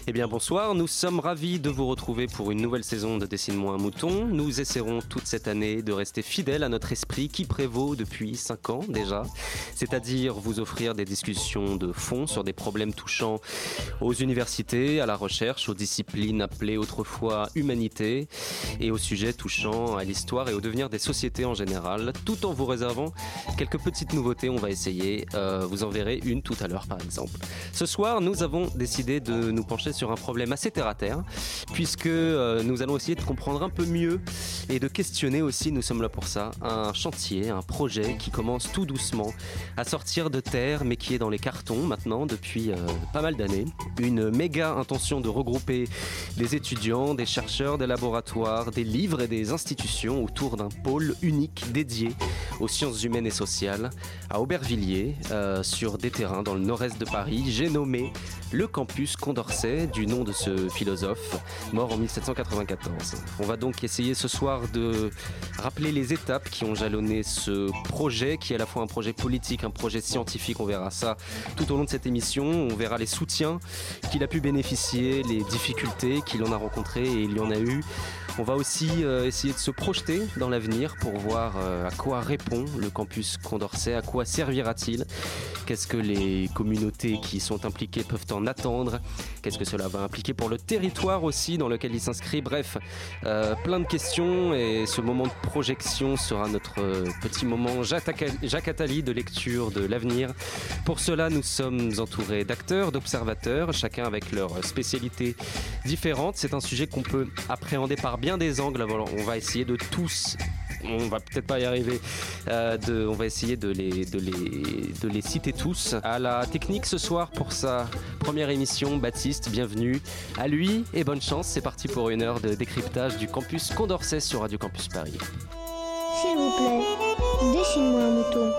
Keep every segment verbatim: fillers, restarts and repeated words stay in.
Eh bien bonsoir, nous sommes ravis de vous retrouver pour une nouvelle saison de Dessine-moi un mouton. Nous essaierons toute cette année de rester fidèles à notre esprit qui prévaut depuis cinq ans déjà, c'est-à-dire vous offrir des discussions de fond sur des problèmes touchant aux universités, à la recherche, aux disciplines appelées autrefois humanité et aux sujets touchant à l'histoire et au devenir des sociétés en général, tout en vous réservant quelques petites nouveautés. On va essayer, euh, vous en verrez une tout à l'heure par exemple. Ce soir, nous avons décidé de nous pencher sur un problème assez terre-à-terre, puisque euh, nous allons essayer de comprendre un peu mieux et de questionner aussi, nous sommes là pour ça, un chantier, un projet qui commence tout doucement à sortir de terre, mais qui est dans les cartons maintenant depuis euh, pas mal d'années. Une méga intention de regrouper des étudiants, des chercheurs, des laboratoires, des livres et des institutions autour d'un pôle unique dédié aux sciences humaines et sociales à Aubervilliers, euh, sur des terrains dans le nord-est de Paris. J'ai nommé le campus Condorcet, du nom de ce philosophe mort en dix-sept cent quatre-vingt-quatorze. On va donc essayer ce soir de rappeler les étapes qui ont jalonné ce projet, qui est à la fois un projet politique, un projet scientifique. On verra ça tout au long de cette émission. On verra les soutiens qu'il a pu bénéficier, les difficultés qu'il en a rencontrées, et il y en a eu. On va aussi euh, essayer de se projeter dans l'avenir pour voir euh, à quoi répond le campus Condorcet, à quoi servira-t-il, qu'est-ce que les communautés qui sont impliquées peuvent en attendre, qu'est-ce que cela va impliquer pour le territoire aussi dans lequel il s'inscrit. Bref, euh, plein de questions, et ce moment de projection sera notre euh, petit moment Jacques Attali de lecture de l'avenir. Pour cela, nous sommes entourés d'acteurs, d'observateurs, chacun avec leur spécialité différente. C'est un sujet qu'on peut appréhender par bien des angles. Alors, on va essayer de tous, on va peut-être pas y arriver, euh, de, on va essayer de les, de, les, de les citer tous. À la technique ce soir pour sa première émission, Baptiste, bienvenue à lui et bonne chance. C'est parti pour une heure de décryptage du campus Condorcet sur Radio Campus Paris. S'il vous plaît, dessine-moi un mouton.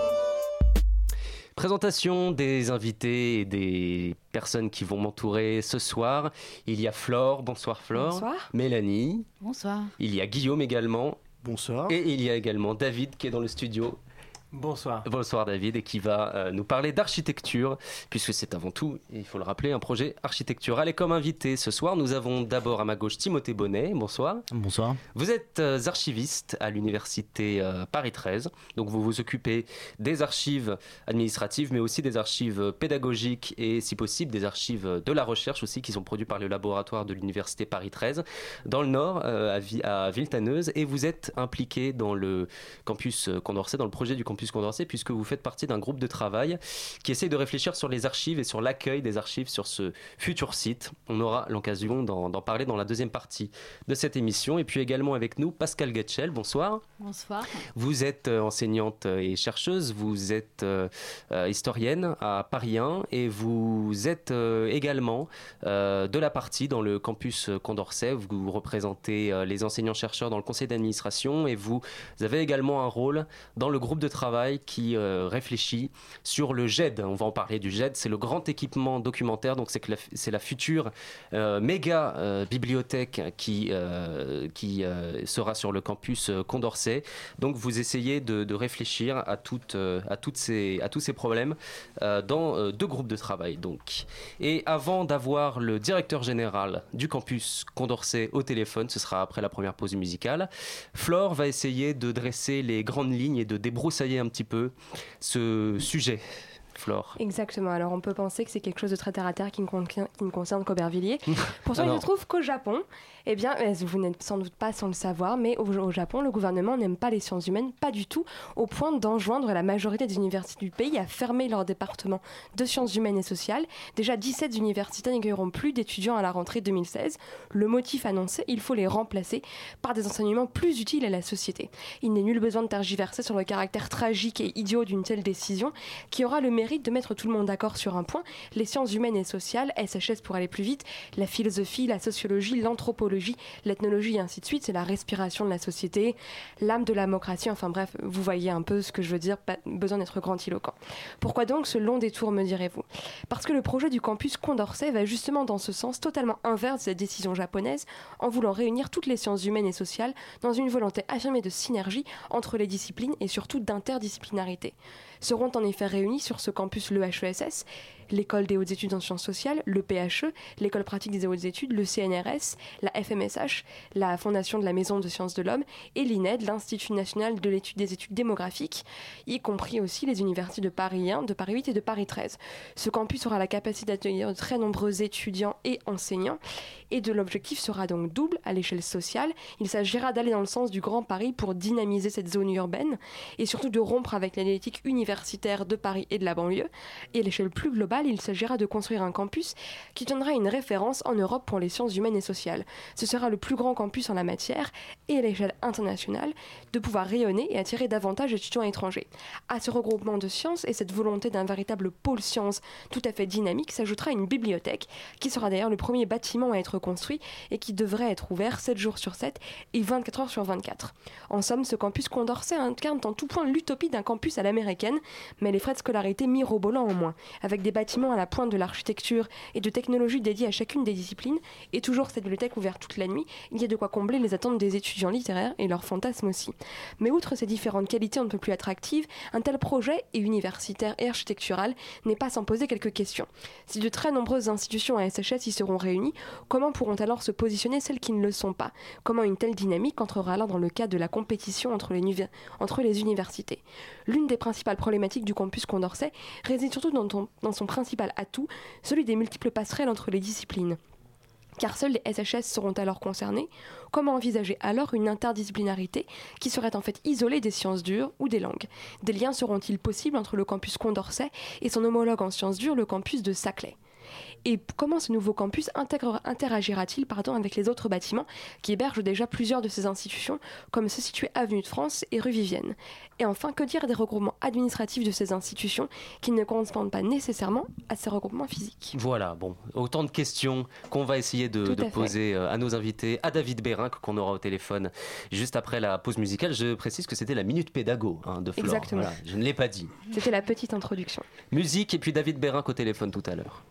Présentation des invités et des personnes qui vont m'entourer ce soir. Il y a Flore, bonsoir Flore. Bonsoir. Mélanie. Bonsoir. Il y a Guillaume également. Bonsoir. Et il y a également David qui est dans le studio. Bonsoir. Bonsoir David, et qui va euh, nous parler d'architecture, puisque c'est avant tout, il faut le rappeler, un projet architectural. Et comme invité ce soir, nous avons d'abord à ma gauche Timothée Bonnet. Bonsoir. Bonsoir. Vous êtes euh, archiviste à l'université euh, Paris treize, donc vous vous occupez des archives administratives, mais aussi des archives pédagogiques et, si possible, des archives de la recherche aussi, qui sont produites par le laboratoire de l'université Paris treize, dans le Nord, euh, à, Vi- à Villetaneuse. Et vous êtes impliqué dans le campus Condorcet, dans le projet du campus Condorcet, puisque vous faites partie d'un groupe de travail qui essaye de réfléchir sur les archives et sur l'accueil des archives sur ce futur site. On aura l'occasion d'en, d'en parler dans la deuxième partie de cette émission. Et puis également avec nous, Pascal Getchel, bonsoir. Bonsoir. Vous êtes euh, enseignante et chercheuse, vous êtes euh, euh, historienne à Paris un, et vous êtes euh, également euh, de la partie dans le campus Condorcet. Vous représentez euh, les enseignants-chercheurs dans le conseil d'administration, et vous avez également un rôle dans le groupe de travail qui euh, réfléchit sur le G E D. On va en parler du G E D, c'est le grand équipement documentaire, donc c'est, que la, c'est la future euh, méga euh, bibliothèque qui, euh, qui euh, sera sur le campus euh, Condorcet. Donc vous essayez de, de réfléchir à, toutes, euh, à, toutes ces, à tous ces problèmes euh, dans euh, deux groupes de travail. Donc. Et avant d'avoir le directeur général du campus Condorcet au téléphone, ce sera après la première pause musicale, Flore va essayer de dresser les grandes lignes et de débroussailler un petit peu ce sujet. Flore. Exactement, alors on peut penser que c'est quelque chose de très terre-à-terre qui ne, con- qui ne concerne qu'Aubervilliers. Pourtant, Alors. il se trouve qu'au Japon, eh bien, vous n'êtes sans doute pas sans le savoir, mais au, au Japon, le gouvernement n'aime pas les sciences humaines, pas du tout, au point d'enjoindre la majorité des universités du pays à fermer leur département de sciences humaines et sociales. Déjà, dix-sept universités n'accueilleront plus d'étudiants à la rentrée deux mille seize. Le motif annoncé, il faut les remplacer par des enseignements plus utiles à la société. Il n'est nul besoin de tergiverser sur le caractère tragique et idiot d'une telle décision, qui aura le mérite de mettre tout le monde d'accord sur un point: les sciences humaines et sociales, S H S pour aller plus vite, la philosophie, la sociologie, l'anthropologie, l'ethnologie et ainsi de suite, c'est la respiration de la société, l'âme de la démocratie, enfin bref, vous voyez un peu ce que je veux dire, pas besoin d'être grandiloquent. Pourquoi donc ce long détour, me direz-vous ? Parce que le projet du campus Condorcet va justement dans ce sens totalement inverse de cette décision japonaise, en voulant réunir toutes les sciences humaines et sociales dans une volonté affirmée de synergie entre les disciplines et surtout d'interdisciplinarité. Seront en effet réunis sur ce campus le H E S S l'école des hautes études en sciences sociales, le P H E, l'école pratique des hautes études, le C N R S, la F M S H, la Fondation de la Maison de sciences de l'Homme et l'I N E D, l'Institut national de l'étude des études démographiques, y compris aussi les universités de Paris un, de Paris huit et de Paris treize. Ce campus aura la capacité d'accueillir de très nombreux étudiants et enseignants, et de l'objectif sera donc double à l'échelle sociale. Il s'agira d'aller dans le sens du Grand Paris pour dynamiser cette zone urbaine et surtout de rompre avec la politique universitaire de Paris et de la banlieue. Et à l'échelle plus globale, il s'agira de construire un campus qui donnera une référence en Europe pour les sciences humaines et sociales. Ce sera le plus grand campus en la matière et à l'échelle internationale de pouvoir rayonner et attirer davantage d'étudiants étrangers. À ce regroupement de sciences et cette volonté d'un véritable pôle sciences tout à fait dynamique s'ajoutera une bibliothèque qui sera d'ailleurs le premier bâtiment à être construit et qui devrait être ouvert sept jours sur sept et vingt-quatre heures sur vingt-quatre. En somme, ce campus Condorcet incarne en tout point l'utopie d'un campus à l'américaine, mais les frais de scolarité mirobolants en moins, avec des bâtiments à la pointe de l'architecture et de technologie dédiés à chacune des disciplines, et toujours cette bibliothèque ouverte toute la nuit, il y a de quoi combler les attentes des étudiants littéraires et leurs fantasmes aussi. Mais outre ces différentes qualités un peu plus attractives, un tel projet, et universitaire et architectural, n'est pas sans poser quelques questions. Si de très nombreuses institutions à S H S y seront réunies, comment pourront alors se positionner celles qui ne le sont pas ? Comment une telle dynamique entrera alors dans le cadre de la compétition entre les, nuver- entre les universités ? L'une des principales problématiques du campus Condorcet réside surtout dans, ton, dans son principal atout, celui des multiples passerelles entre les disciplines. Car seuls les S H S seront alors concernés. Comment envisager alors une interdisciplinarité qui serait en fait isolée des sciences dures ou des langues ? Des liens seront-ils possibles entre le campus Condorcet et son homologue en sciences dures, le campus de Saclay ? Et comment ce nouveau campus intègre, interagira-t-il pardon, avec les autres bâtiments qui hébergent déjà plusieurs de ces institutions, comme ceux situés avenue de France et rue Vivienne ? Et enfin, que dire des regroupements administratifs de ces institutions qui ne correspondent pas nécessairement à ces regroupements physiques ? Voilà, bon, autant de questions qu'on va essayer de, de poser à nos invités, à David Bérin, qu'on aura au téléphone juste après la pause musicale. Je précise que c'était la Minute Pédago hein, de Flore. Exactement. Voilà, je ne l'ai pas dit. C'était la petite introduction. Musique et puis David Bérin au téléphone tout à l'heure.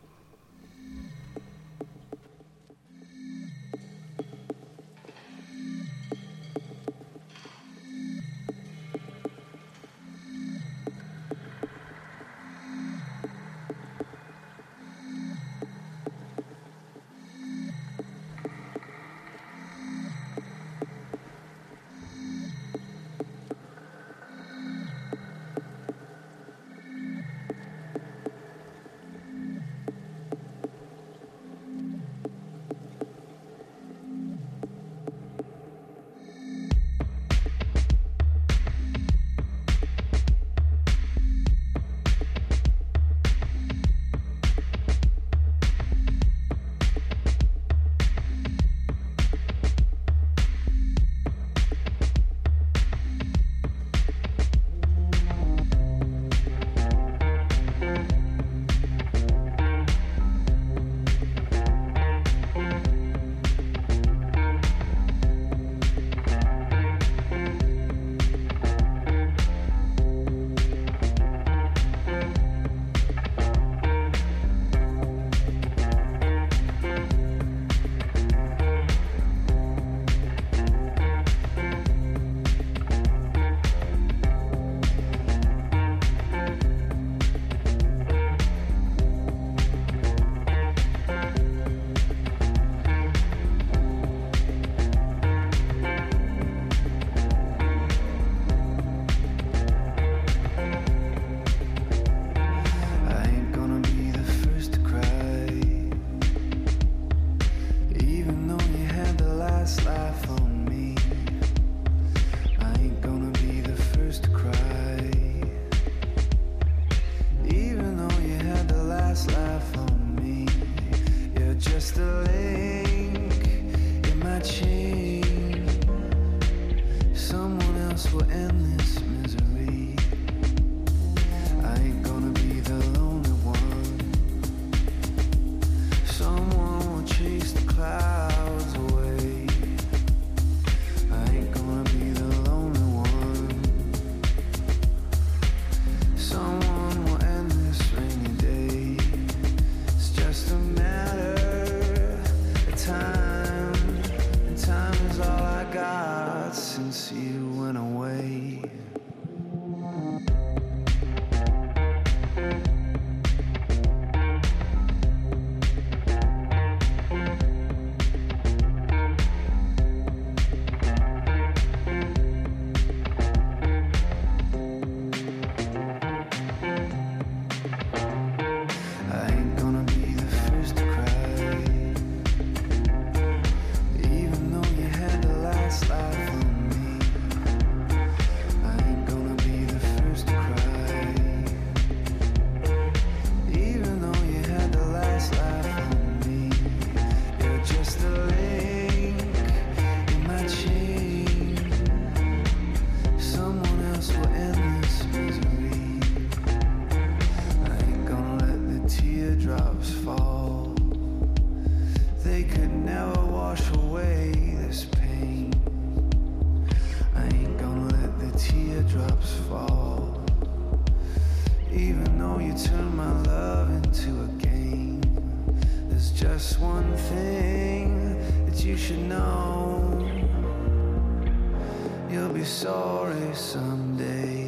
just one thing that you should know. You'll be sorry someday.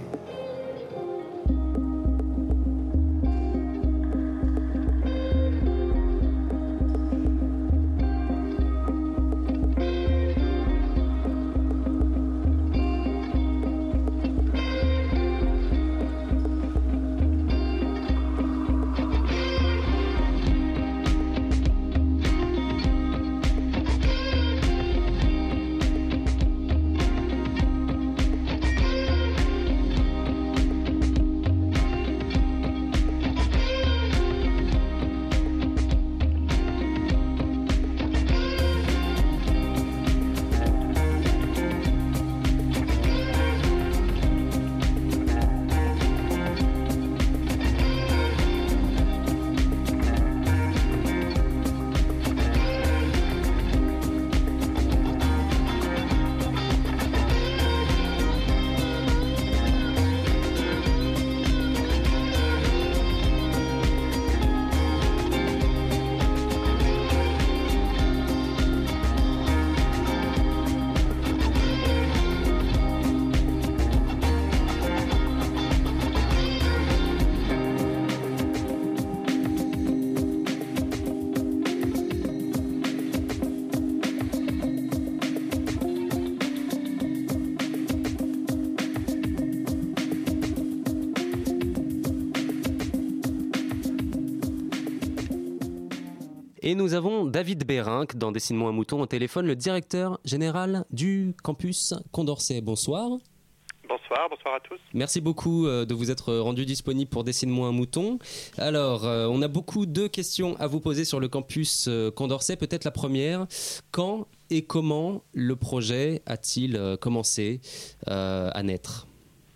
Et nous avons David Bérinck dans Dessine-moi un mouton au téléphone, le directeur général du campus Condorcet. Bonsoir. Bonsoir, bonsoir à tous. Merci beaucoup de vous être rendu disponible pour Dessine-moi un mouton. Alors, on a beaucoup de questions à vous poser sur le campus Condorcet. Peut-être la première, quand et comment le projet a-t-il commencé euh, à naître ?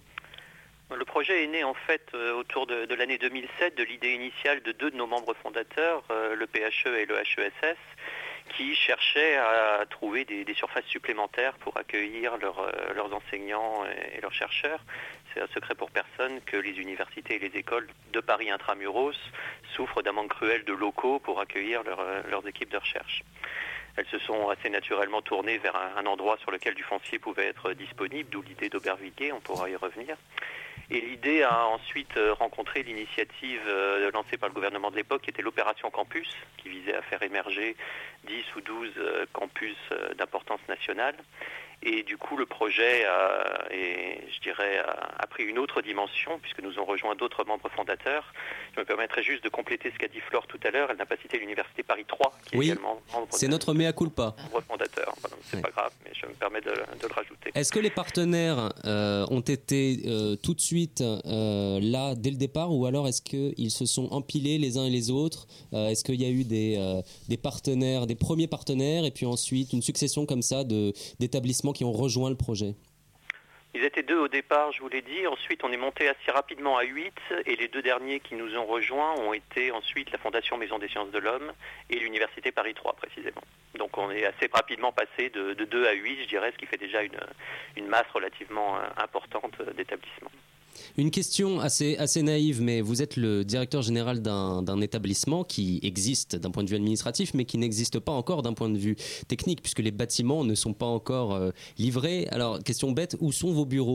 Le projet est né en fait euh, autour de, de l'année deux mille sept de l'idée initiale de deux de nos membres fondateurs, euh, le P H E et le H E S S, qui cherchaient à trouver des, des surfaces supplémentaires pour accueillir leur, euh, leurs enseignants et, et leurs chercheurs. C'est un secret pour personne que les universités et les écoles de Paris intramuros souffrent d'un manque cruel de locaux pour accueillir leur, euh, leurs équipes de recherche. Elles se sont assez naturellement tournées vers un, un endroit sur lequel du foncier pouvait être disponible, d'où l'idée d'Aubervilliers, on pourra y revenir. Et l'idée a ensuite rencontré l'initiative lancée par le gouvernement de l'époque, qui était l'opération Campus, qui visait à faire émerger dix ou douze campus d'importance nationale. Et du coup, le projet a, et, je dirais, a, a pris une autre dimension, puisque nous ont rejoint d'autres membres fondateurs. Je me permettrai juste de compléter ce qu'a dit Flore tout à l'heure. Elle n'a pas cité l'Université Paris trois, qui oui, est également membre c'est de, notre mea culpa. Membre fondateur. Voilà, c'est ouais. Pas grave, mais je me permets de, de le rajouter. Est-ce que les partenaires euh, ont été euh, tout de suite euh, là, dès le départ, ou alors est-ce qu'ils se sont empilés les uns et les autres ? euh, Est-ce qu'il y a eu des, euh, des partenaires, des premiers partenaires, et puis ensuite une succession comme ça de, d'établissements qui ont rejoint le projet ? Ils étaient deux au départ, je vous l'ai dit. Ensuite, on est monté assez rapidement à huit. Et les deux derniers qui nous ont rejoints ont été ensuite la Fondation Maison des Sciences de l'Homme et l'Université Paris trois, précisément. Donc on est assez rapidement passé de, de deux à huit, je dirais, ce qui fait déjà une, une masse relativement importante d'établissements. Une question assez, assez naïve, mais vous êtes le directeur général d'un, d'un établissement qui existe d'un point de vue administratif, mais qui n'existe pas encore d'un point de vue technique, puisque les bâtiments ne sont pas encore euh, livrés. Alors, question bête, où sont vos bureaux ?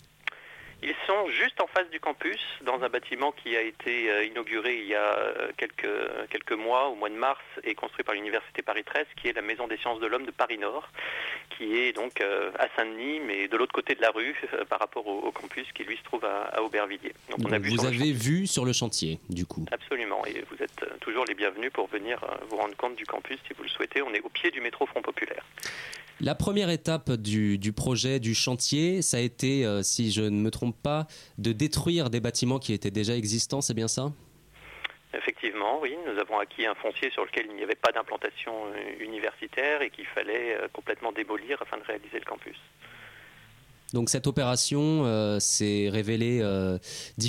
Ils sont juste en face du campus, dans un bâtiment qui a été euh, inauguré il y a euh, quelques, quelques mois, au mois de mars, et construit par l'Université Paris treize, qui est la Maison des Sciences de l'Homme de Paris-Nord, qui est donc euh, à Saint-Denis, mais de l'autre côté de la rue, euh, par rapport au, au campus qui, lui, se trouve à, à Aubervilliers. Donc, donc on a vu vous avez vu sur le chantier, du coup ? Absolument, et vous êtes euh, toujours les bienvenus pour venir euh, vous rendre compte du campus, si vous le souhaitez. On est au pied du métro Front Populaire. La première étape du, du projet, du chantier, ça a été, euh, si je ne me trompe pas, de détruire des bâtiments qui étaient déjà existants, c'est bien ça ? Effectivement, oui. Nous avons acquis un foncier sur lequel il n'y avait pas d'implantation universitaire et qu'il fallait euh, complètement démolir afin de réaliser le campus. Donc cette opération euh, s'est révélée euh, difficile ?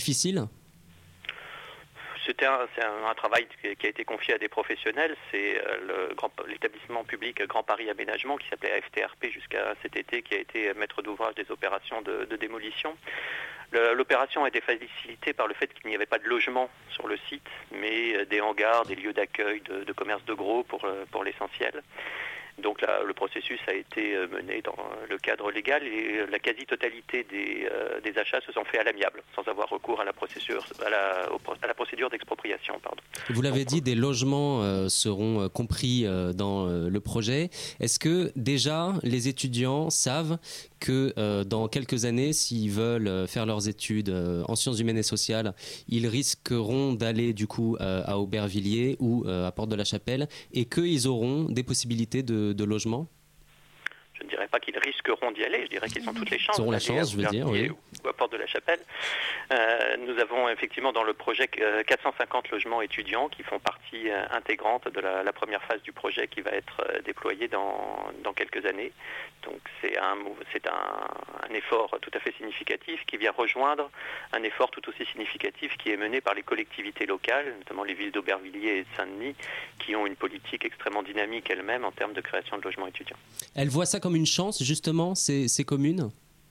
C'était un, c'est un, un travail qui a été confié à des professionnels. C'est euh, le grand, l'établissement public Grand Paris Aménagement, qui s'appelait F T R P jusqu'à cet été, qui a été maître d'ouvrage des opérations de, de démolition. Le, l'opération a été facilitée par le fait qu'il n'y avait pas de logement sur le site, mais des hangars, des lieux d'accueil de, de commerce de gros pour, pour l'essentiel. Donc là, le processus a été mené dans le cadre légal et la quasi-totalité des, euh, des achats se sont faits à l'amiable, sans avoir recours à la procédure, à la, à la procédure d'expropriation. Pardon. Vous l'avez Donc, dit, des logements euh, seront euh, compris euh, dans euh, le projet. Est-ce que déjà les étudiants savent que euh, dans quelques années, s'ils veulent faire leurs études euh, en sciences humaines et sociales, ils risqueront d'aller du coup euh, à Aubervilliers ou euh, à Porte de la Chapelle et qu'ils auront des possibilités de, de logement ? Je ne dirais pas qu'ils risqueront d'y aller, je dirais qu'ils ont toutes les chances. Ils auront la chance, je veux dire, oui. Ou à Porte de la Chapelle. Euh, nous avons effectivement dans le projet quatre cent cinquante logements étudiants qui font partie intégrante de la, la première phase du projet qui va être déployée dans, dans quelques années. Donc c'est, un, c'est un, un effort tout à fait significatif qui vient rejoindre un effort tout aussi significatif qui est mené par les collectivités locales, notamment les villes d'Aubervilliers et de Saint-Denis, qui ont une politique extrêmement dynamique elles-mêmes en termes de création de logements étudiants. Elles voient ça comme une chance, justement, ces, ces communes ?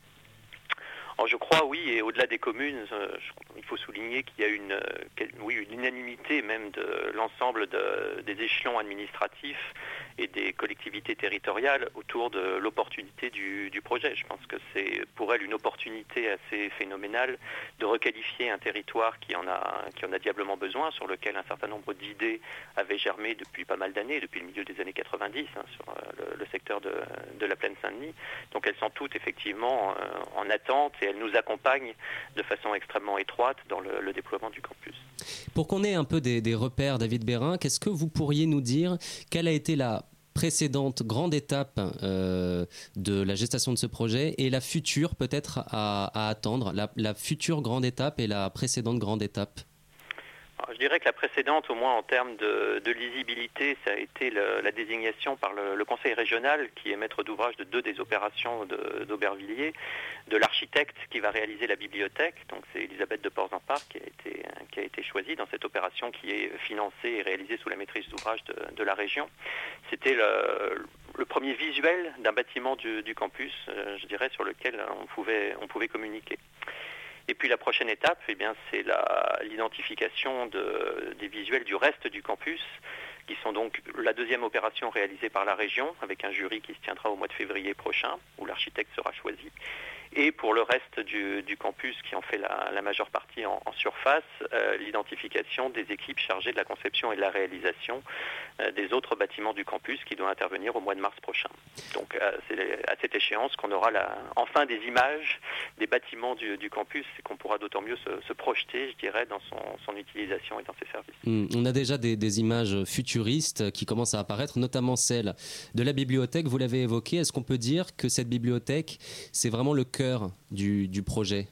Alors je crois, oui, et au-delà des communes, euh, je, il faut souligner qu'il y a une, euh, oui, une unanimité même de l'ensemble de, des échelons administratifs et des collectivités territoriales autour de l'opportunité du, du projet. Je pense que c'est pour elles une opportunité assez phénoménale de requalifier un territoire qui en a, qui en a diablement besoin, sur lequel un certain nombre d'idées avaient germé depuis pas mal d'années, depuis le milieu des années quatre-vingt-dix, hein, sur euh, le, le secteur de, de la plaine Saint-Denis. Donc elles sont toutes effectivement euh, en attente et elles nous accompagnent de façon extrêmement étroite dans le, le déploiement du campus. Pour qu'on ait un peu des, des repères, David Bérin, qu'est-ce que vous pourriez nous dire ? Quelle a été la précédente grande étape euh, de la gestation de ce projet et la future peut-être à, à attendre, la, la future grande étape et la précédente grande étape ? Alors, je dirais que la précédente, au moins en termes de, de lisibilité, ça a été le, la désignation par le, le conseil régional, qui est maître d'ouvrage de deux des opérations de, d'Aubervilliers, de l'architecte qui va réaliser la bibliothèque. Donc c'est Elisabeth de Porzampar qui a été, qui a été choisie dans cette opération qui est financée et réalisée sous la maîtrise d'ouvrage de, de la région. C'était le, le premier visuel d'un bâtiment du, du campus, euh, je dirais, sur lequel on pouvait, on pouvait communiquer. Et puis la prochaine étape, eh bien, c'est la, l'identification de, des visuels du reste du campus, qui sont donc la deuxième opération réalisée par la région, avec un jury qui se tiendra au mois de février prochain, où l'architecte sera choisi. Et pour le reste du, du campus, qui en fait la, la majeure partie en, en surface, euh, l'identification des équipes chargées de la conception et de la réalisation euh, des autres bâtiments du campus, qui doit intervenir au mois de mars prochain. Donc euh, c'est à cette échéance qu'on aura la, enfin des images des bâtiments du, du campus et qu'on pourra d'autant mieux se, se projeter, je dirais, dans son, son utilisation et dans ses services. Mmh, on a déjà des, des images futuristes qui commencent à apparaître, notamment celle de la bibliothèque. Vous l'avez évoqué. Est-ce qu'on peut dire que cette bibliothèque, c'est vraiment le cœur Du, du projet?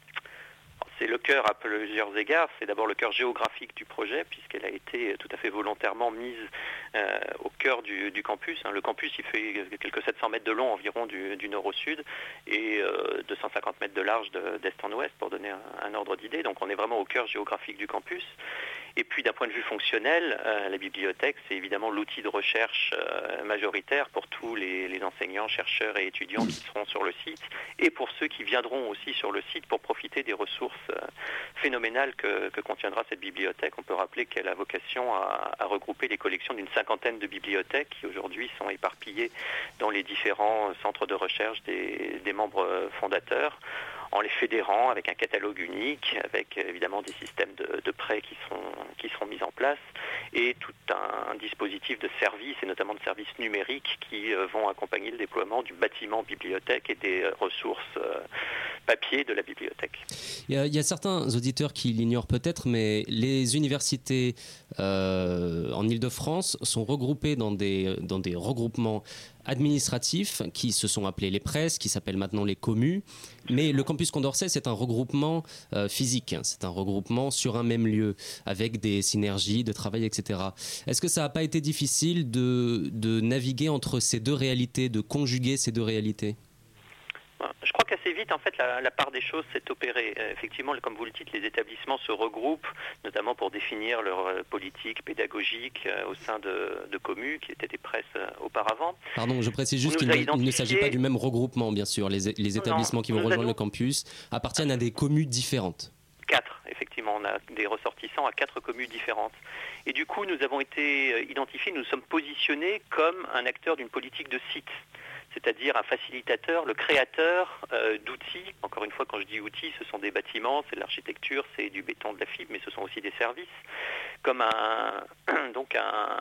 C'est le cœur à plusieurs égards. C'est d'abord le cœur géographique du projet, puisqu'elle a été tout à fait volontairement mise euh, au cœur du, du campus. Hein. Le campus, il fait quelques sept cents mètres de long environ du, du nord au sud et euh, deux cent cinquante mètres de large de, d'est en ouest, pour donner un, un ordre d'idée. Donc on est vraiment au cœur géographique du campus. Et puis d'un point de vue fonctionnel, euh, la bibliothèque, c'est évidemment l'outil de recherche euh, majoritaire pour tous les, les enseignants, chercheurs et étudiants qui seront sur le site, et pour ceux qui viendront aussi sur le site pour profiter des ressources euh, phénoménales que, que contiendra cette bibliothèque. On peut rappeler qu'elle a vocation à, à regrouper les collections d'une cinquantaine de bibliothèques qui aujourd'hui sont éparpillées dans les différents centres de recherche des, des membres fondateurs, en les fédérant avec un catalogue unique, avec évidemment des systèmes de, de prêts qui seront, qui seront mis en place, et tout un, un dispositif de services, et notamment de services numériques, qui euh, vont accompagner le déploiement du bâtiment bibliothèque et des euh, ressources euh, papier de la bibliothèque. Il y a, il y a certains auditeurs qui l'ignorent peut-être, mais les universités euh, en Île-de-France sont regroupées dans des, dans des regroupements administratifs qui se sont appelés les presses, qui s'appellent maintenant les communes. Mais le campus Condorcet, c'est un regroupement euh, physique, c'est un regroupement sur un même lieu, avec des synergies de travail, et cetera. Est-ce que ça n'a pas été difficile de, de naviguer entre ces deux réalités, de conjuguer ces deux réalités ? Je crois qu'assez vite, en fait, la, la part des choses s'est opérée. Euh, effectivement, comme vous le dites, les établissements se regroupent, notamment pour définir leur euh, politique pédagogique euh, au sein de, de communes qui étaient des presses euh, auparavant. Pardon, je précise juste On qu'il nous a ne, il ne identifié- s'agit pas du même regroupement, bien sûr. Les, les établissements Non, qui vont nous rejoindre allons- le campus appartiennent à des communes différentes. Quatre, effectivement, on a des ressortissants à quatre communes différentes. Et du coup, nous avons été euh, identifiés, nous nous sommes positionnés comme un acteur d'une politique de site, c'est-à-dire un facilitateur, le créateur euh, d'outils. Encore une fois, quand je dis outils, ce sont des bâtiments, c'est de l'architecture, c'est du béton, de la fibre, mais ce sont aussi des services, comme un, donc un,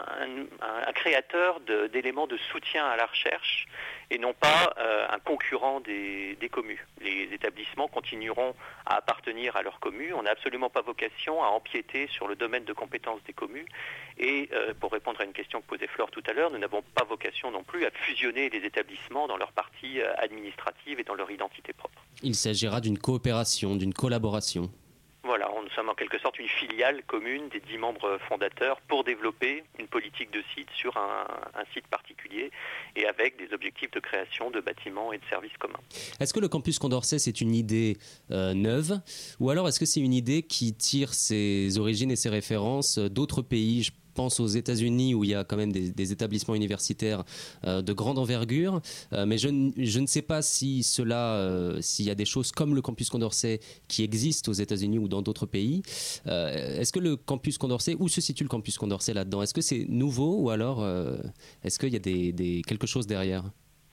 un, un créateur de, d'éléments de soutien à la recherche et non pas euh, un concurrent des, des communes. Les établissements continueront à appartenir à leur commune. On n'a absolument pas vocation à empiéter sur le domaine de compétences des communes. Et euh, pour répondre à une question que posait Flore tout à l'heure, nous n'avons pas vocation non plus à fusionner les établissements dans leur partie euh, administrative et dans leur identité propre. Il s'agira d'une coopération, d'une collaboration. Voilà, nous sommes en quelque sorte une filiale commune des dix membres fondateurs pour développer une politique de site sur un, un site particulier et avec des objectifs de création de bâtiments et de services communs. Est-ce que le campus Condorcet, c'est une idée euh, neuve ou alors est-ce que c'est une idée qui tire ses origines et ses références d'autres pays ? Je pense aux États-Unis où il y a quand même des, des établissements universitaires euh, de grande envergure, euh, mais je, n- je ne sais pas si cela, euh, s'il y a des choses comme le campus Condorcet qui existent aux États-Unis ou dans d'autres pays. Euh, est-ce que le campus Condorcet, où se situe le campus Condorcet là-dedans ? Est-ce que c'est nouveau ou alors euh, est-ce qu'il y a des, des, quelque chose derrière ?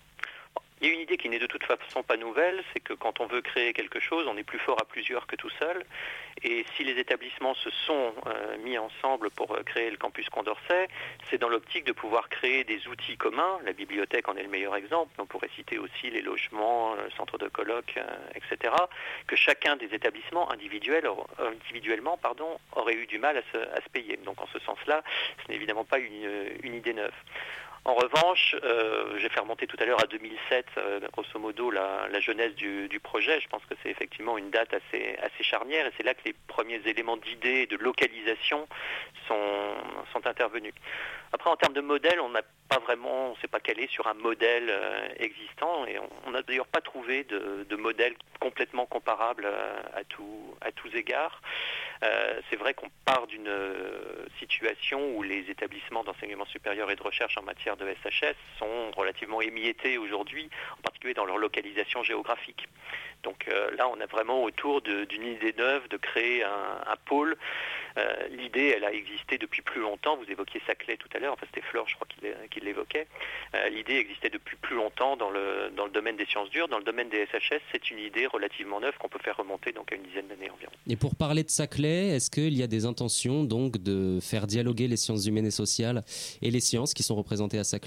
Il y a une idée qui n'est de toute façon pas nouvelle, c'est que quand on veut créer quelque chose, on est plus fort à plusieurs que tout seul. Et si les établissements se sont euh, mis ensemble pour euh, créer le campus Condorcet, c'est dans l'optique de pouvoir créer des outils communs. La bibliothèque en est le meilleur exemple. On pourrait citer aussi les logements, le centre de colloque, euh, et cetera. Que chacun des établissements individuels, euh, individuellement pardon, aurait eu du mal à se, à se payer. Donc en ce sens-là, ce n'est évidemment pas une, une idée neuve. En revanche, euh, j'ai fait remonter tout à l'heure à deux mille sept, euh, grosso modo, la, la jeunesse du, du projet. Je pense que c'est effectivement une date assez, assez charnière et c'est là que les premiers éléments d'idée et de localisation sont, sont intervenus. Après, en termes de modèle, on n'a pas vraiment, on ne s'est pas calé sur un modèle euh, existant et on n'a d'ailleurs pas trouvé de, de modèle complètement comparable à, à, tout, à tous égards. Euh, c'est vrai qu'on part d'une euh, situation où les établissements d'enseignement supérieur et de recherche en matière de S H S sont relativement émiettés aujourd'hui, en particulier dans leur localisation géographique. Donc euh, là, on est vraiment autour de, d'une idée neuve de créer un, un pôle. Euh, l'idée, elle a existé depuis plus longtemps. Vous évoquiez Saclay tout à l'heure, enfin c'était Flore, je crois qu'il, qu'il l'évoquait. Euh, l'idée existait depuis plus longtemps dans le, dans le domaine des sciences dures. Dans le domaine des S H S, c'est une idée relativement neuve qu'on peut faire remonter donc à une dizaine d'années environ. Et pour parler de Saclay, est-ce qu'il y a des intentions donc de faire dialoguer les sciences humaines et sociales et les sciences qui sont représentées à Saclay ?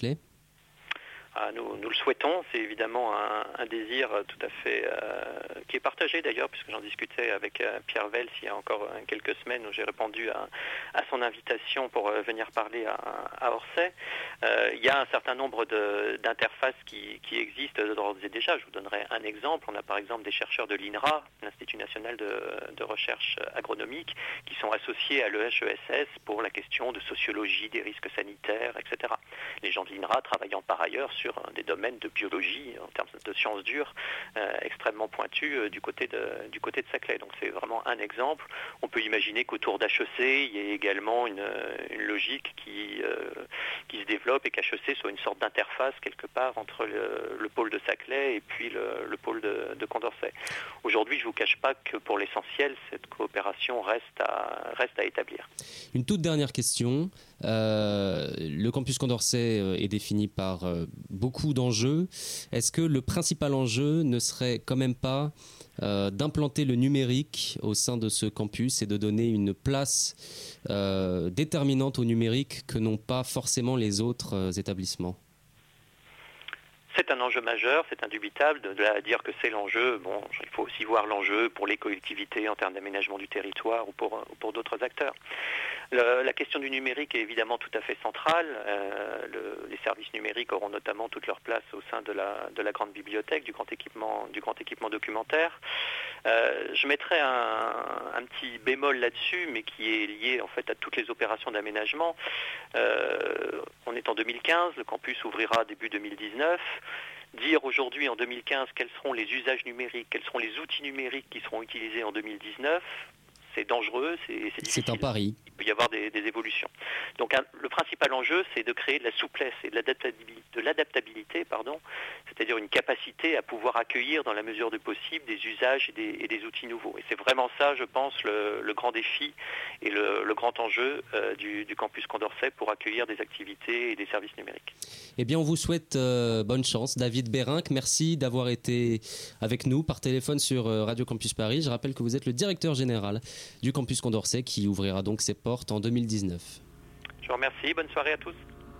Ah, nous, nous le souhaitons, c'est évidemment un, un désir tout à fait euh, qui est partagé d'ailleurs, puisque j'en discutais avec euh, Pierre Vels il y a encore euh, quelques semaines où j'ai répondu à, à son invitation pour euh, venir parler à, à Orsay. Euh, il y a un certain nombre de, d'interfaces qui, qui existent d'ores et déjà. Je vous donnerai un exemple. On a par exemple des chercheurs de l'I N R A, l'Institut national de, de recherche agronomique, qui sont associés à l'E H E S S pour la question de sociologie des risques sanitaires, et cetera. Les gens de l'I N R A travaillant par ailleurs sur des domaines de biologie, en termes de sciences dures, euh, extrêmement pointus euh, du, côté de, du côté de Saclay. Donc c'est vraiment un exemple. On peut imaginer qu'autour d'H E C, il y ait également une, une logique qui, euh, qui se développe et qu'H E C soit une sorte d'interface quelque part entre le, le pôle de Saclay et puis le, le pôle de, de Condorcet. Aujourd'hui, je ne vous cache pas que pour l'essentiel, cette coopération reste à, reste à établir. Une toute dernière question. Euh, le campus Condorcet est défini par euh, beaucoup d'enjeux. Est-ce que le principal enjeu ne serait quand même pas euh, d'implanter le numérique au sein de ce campus et de donner une place euh, déterminante au numérique que n'ont pas forcément les autres euh, établissements ? C'est un enjeu majeur, c'est indubitable. De là à dire que c'est l'enjeu, bon, il faut aussi voir l'enjeu pour les collectivités en termes d'aménagement du territoire ou pour, ou pour d'autres acteurs. Le, la question du numérique est évidemment tout à fait centrale. Euh, le, les services numériques auront notamment toute leur place au sein de la, de la grande bibliothèque, du grand équipement, du grand équipement documentaire. Euh, je mettrai un, un petit bémol là-dessus, mais qui est lié en fait à toutes les opérations d'aménagement. Euh, on est en deux mille quinze, le campus ouvrira début deux mille dix-neuf. Dire aujourd'hui, en deux mille quinze, quels seront les usages numériques, quels seront les outils numériques qui seront utilisés en deux mille dix-neuf, c'est dangereux, c'est, c'est difficile. C'est un pari. Il peut y avoir des, des évolutions. Donc un, le principal enjeu, c'est de créer de la souplesse et de l'adaptabilité, de l'adaptabilité pardon, c'est-à-dire une capacité à pouvoir accueillir dans la mesure du possible des usages et des, et des outils nouveaux. Et c'est vraiment ça, je pense, le, le grand défi et le, le grand enjeu euh, du, du campus Condorcet pour accueillir des activités et des services numériques. Eh bien, on vous souhaite euh, bonne chance. David Bérinck, merci d'avoir été avec nous par téléphone sur euh, Radio Campus Paris. Je rappelle que vous êtes le directeur général du campus Condorcet qui ouvrira donc ses portes en deux mille dix-neuf. Je vous remercie, bonne soirée à tous.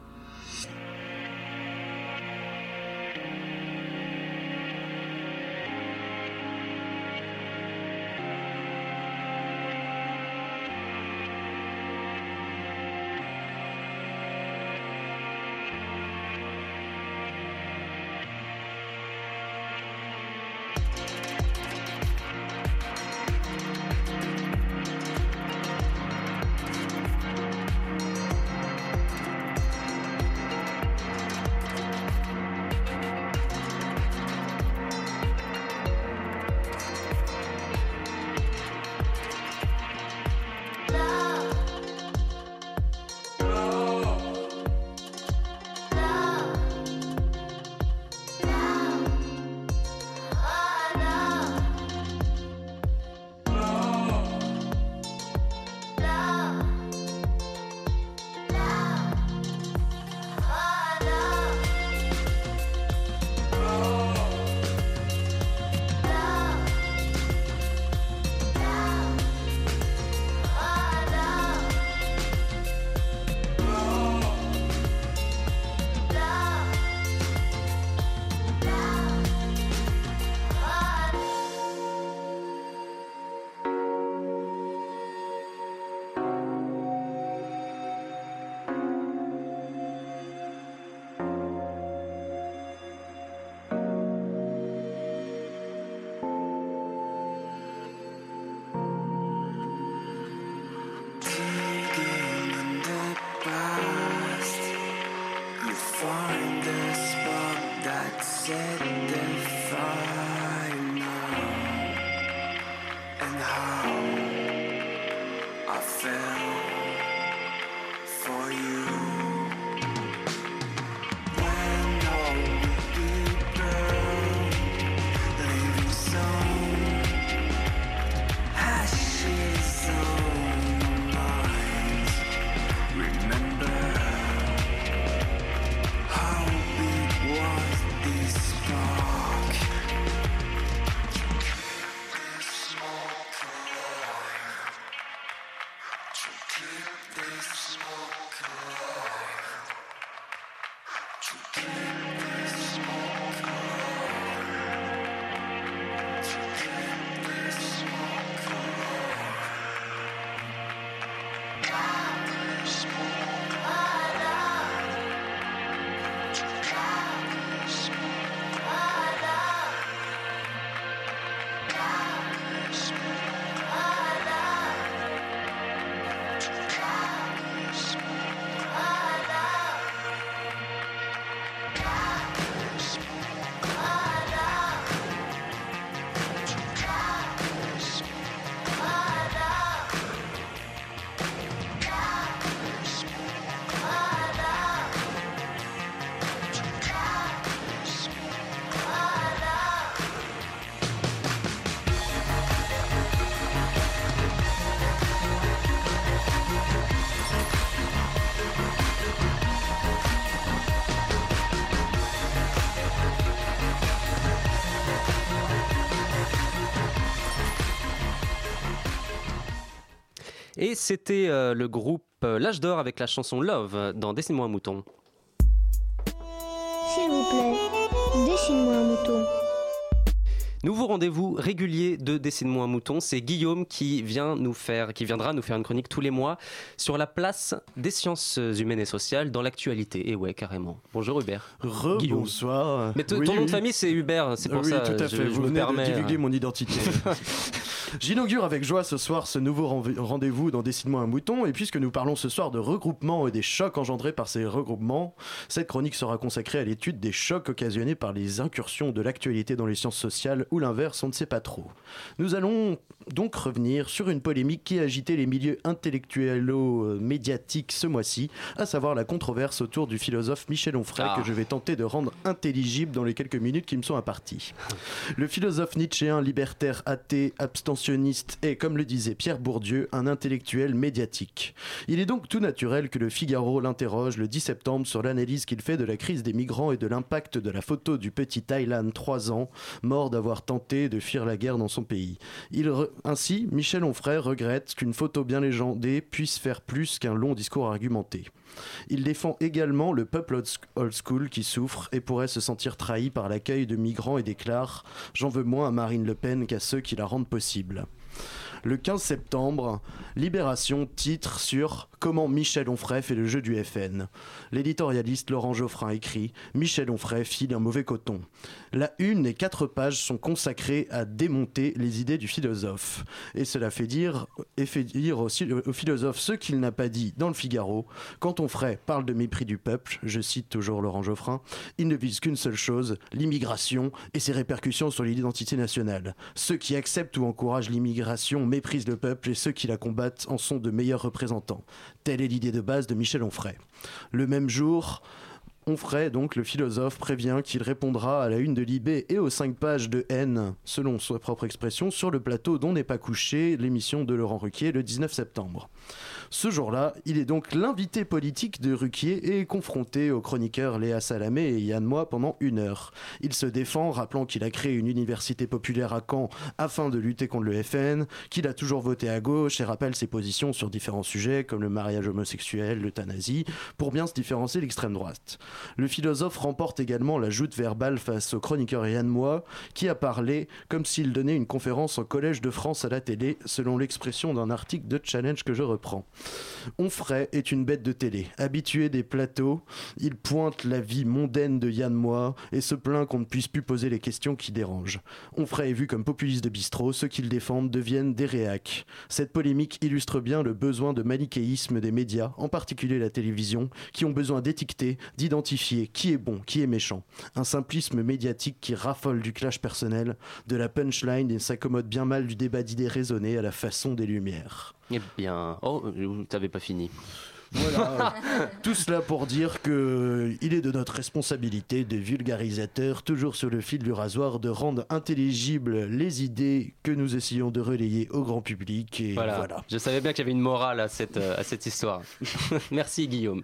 Et c'était euh, le groupe euh, L'Âge d'Or avec la chanson Love dans Dessine-moi un mouton. S'il vous plaît, dessine-moi un mouton. Nouveau rendez-vous régulier de Dessine-moi un mouton, c'est Guillaume qui vient nous faire, qui viendra nous faire une chronique tous les mois sur la place des sciences humaines et sociales dans l'actualité. Et ouais, carrément. Bonjour Hubert. Re-bonsoir. Mais t- oui, ton nom oui. de famille c'est Hubert, c'est pour oui, ça. Oui, tout à fait. Je, je Vous me venez permets. de divulguer mon identité. J'inaugure avec joie ce soir ce nouveau rendez-vous dans Dessine-moi un mouton, et puisque nous parlons ce soir de regroupements et des chocs engendrés par ces regroupements, cette chronique sera consacrée à l'étude des chocs occasionnés par les incursions de l'actualité dans les sciences sociales, ou l'inverse, on ne sait pas trop. Nous allons donc revenir sur une polémique qui a agité les milieux intellectuello-médiatiques ce mois-ci, à savoir la controverse autour du philosophe Michel Onfray, ah. que je vais tenter de rendre intelligible dans les quelques minutes qui me sont imparties. Le philosophe nietzschéen, libertaire, athée, abstentionniste est, comme le disait Pierre Bourdieu, un intellectuel médiatique. Il est donc tout naturel que le Figaro l'interroge le dix septembre sur l'analyse qu'il fait de la crise des migrants et de l'impact de la photo du petit Taylan, trois ans, mort d'avoir tenté de fuir la guerre dans son pays. Il re... Ainsi, Michel Onfray regrette qu'une photo bien légendée puisse faire plus qu'un long discours argumenté. Il défend également le peuple old school qui souffre et pourrait se sentir trahi par l'accueil de migrants et déclare « J'en veux moins à Marine Le Pen qu'à ceux qui la rendent possible ». Le quinze septembre, Libération titre sur « Comment Michel Onfray fait le jeu du F N ». L'éditorialiste Laurent Geoffrin écrit « Michel Onfray file un mauvais coton ». La une et quatre pages sont consacrées à démonter les idées du philosophe. Et cela fait dire, et fait dire au, au philosophe ce qu'il n'a pas dit dans le Figaro. Quand Onfray parle de mépris du peuple, je cite toujours Laurent Geoffrin, il ne vise qu'une seule chose, l'immigration et ses répercussions sur l'identité nationale. Ceux qui acceptent ou encouragent l'immigration méprisent le peuple et ceux qui la combattent en sont de meilleurs représentants. Telle est l'idée de base de Michel Onfray. Le même jour, Onfray, donc le philosophe, prévient qu'il répondra à la une de Libé et aux cinq pages de Haine, selon sa propre expression, sur le plateau dont n'est pas couché l'émission de Laurent Ruquier le dix-neuf septembre. Ce jour-là, il est donc l'invité politique de Ruquier et est confronté aux chroniqueurs Léa Salamé et Yann Moix pendant une heure. Il se défend, rappelant qu'il a créé une université populaire à Caen afin de lutter contre le F N, qu'il a toujours voté à gauche et rappelle ses positions sur différents sujets comme le mariage homosexuel, l'euthanasie, pour bien se différencier de l'extrême droite. Le philosophe remporte également la joute verbale face au chroniqueur Yann Moix, qui a parlé comme s'il donnait une conférence au Collège de France à la télé, selon l'expression d'un article de Challenge que je reprends. Onfray est une bête de télé. Habitué des plateaux, il pointe la vie mondaine de Yann Moix et se plaint qu'on ne puisse plus poser les questions qui dérangent. Onfray est vu comme populiste de bistrot, ceux qui le défendent deviennent des réacs. Cette polémique illustre bien le besoin de manichéisme des médias, en particulier la télévision, qui ont besoin d'étiqueter, d'identifier qui est bon, qui est méchant. Un simplisme médiatique qui raffole du clash personnel, de la punchline et s'accommode bien mal du débat d'idées raisonnées à la façon des Lumières. Eh bien, oh, t'avais pas fini. Voilà, tout cela pour dire que il est de notre responsabilité de vulgarisateurs, toujours sur le fil du rasoir, de rendre intelligibles les idées que nous essayons de relayer au grand public. Et voilà. voilà. Je savais bien qu'il y avait une morale à cette, à cette histoire. Merci Guillaume.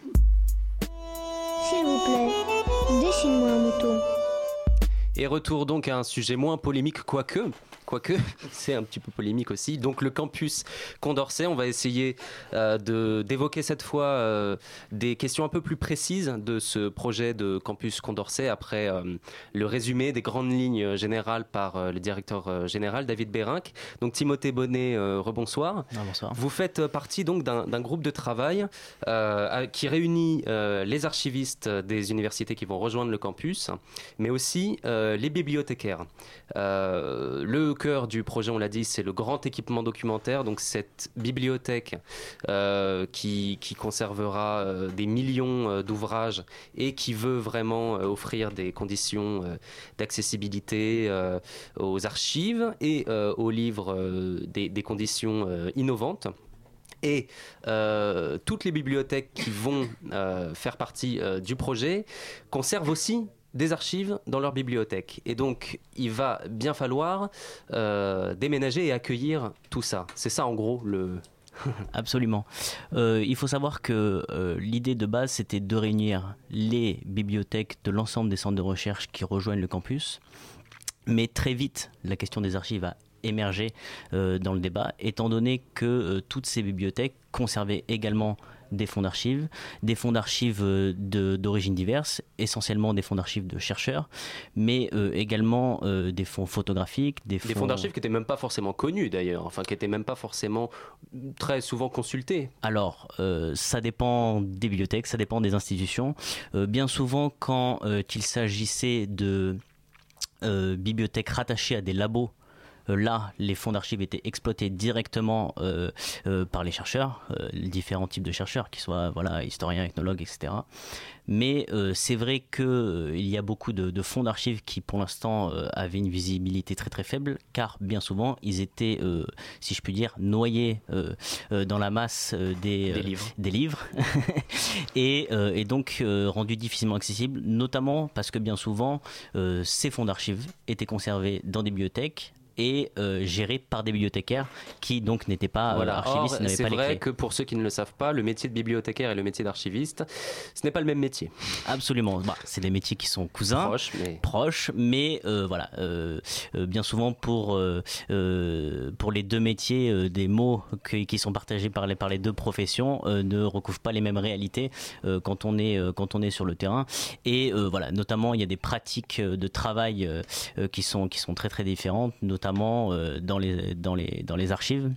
S'il vous plaît, dessine-moi un mouton. Et retour donc à un sujet moins polémique, quoique, quoique c'est un petit peu polémique aussi. Donc le campus Condorcet, on va essayer euh, de, d'évoquer cette fois euh, des questions un peu plus précises de ce projet de campus Condorcet après euh, le résumé des grandes lignes générales par euh, le directeur euh, général David Bérinck. Donc Timothée Bonnet, euh, rebonsoir. Ah, bonsoir. Vous faites partie donc d'un, d'un groupe de travail euh, qui réunit euh, les archivistes des universités qui vont rejoindre le campus, mais aussi euh, les bibliothécaires. Euh, le cœur du projet, on l'a dit, c'est le grand équipement documentaire, donc cette bibliothèque euh, qui, qui conservera euh, des millions euh, d'ouvrages et qui veut vraiment euh, offrir des conditions euh, d'accessibilité euh, aux archives et euh, aux livres, euh, des, des conditions euh, innovantes. Et euh, toutes les bibliothèques qui vont euh, faire partie euh, du projet conservent aussi des archives dans leur bibliothèque. Et donc, il va bien falloir euh, déménager et accueillir tout ça. C'est ça, en gros, le... Absolument. Euh, il faut savoir que euh, l'idée de base, c'était de réunir les bibliothèques de l'ensemble des centres de recherche qui rejoignent le campus. Mais très vite, la question des archives a émergé euh, dans le débat, étant donné que euh, toutes ces bibliothèques conservaient également des fonds d'archives, des fonds d'archives de, d'origines diverses, essentiellement des fonds d'archives de chercheurs, mais euh, également euh, des fonds photographiques, des fonds... Des fonds d'archives qui n'étaient même pas forcément connus d'ailleurs, enfin qui n'étaient même pas forcément très souvent consultés. Alors, euh, ça dépend des bibliothèques, ça dépend des institutions. Euh, bien souvent, quand euh, il s'agissait de euh, bibliothèques rattachées à des labos, euh, là, les fonds d'archives étaient exploités directement euh, euh, par les chercheurs, euh, les différents types de chercheurs, qui soient voilà, historiens, ethnologues, et cetera. Mais euh, c'est vrai qu'il euh, y a beaucoup de, de fonds d'archives qui, pour l'instant, euh, avaient une visibilité très très faible, car bien souvent, ils étaient, euh, si je puis dire, noyés euh, euh, dans la masse euh, des, des euh, livres, des livres. et, euh, et donc euh, rendus difficilement accessibles, notamment parce que bien souvent, euh, ces fonds d'archives étaient conservés dans des bibliothèques et euh, géré par des bibliothécaires qui donc n'étaient pas voilà. euh, archivistes, Or, n'avaient c'est pas les vrai clés. que pour ceux qui ne le savent pas, le métier de bibliothécaire et le métier d'archiviste, ce n'est pas le même métier. Absolument, bah, c'est des métiers qui sont cousins, proches, mais, proches, mais euh, voilà, euh, euh, bien souvent pour, euh, euh, pour les deux métiers, euh, des mots que, qui sont partagés par les, par les deux professions euh, ne recouvrent pas les mêmes réalités euh, quand, on est, euh, quand on est sur le terrain. Et euh, voilà, notamment il y a des pratiques de travail euh, euh, qui, sont, qui sont très très différentes, notamment euh, dans, les, dans, les, dans les archives.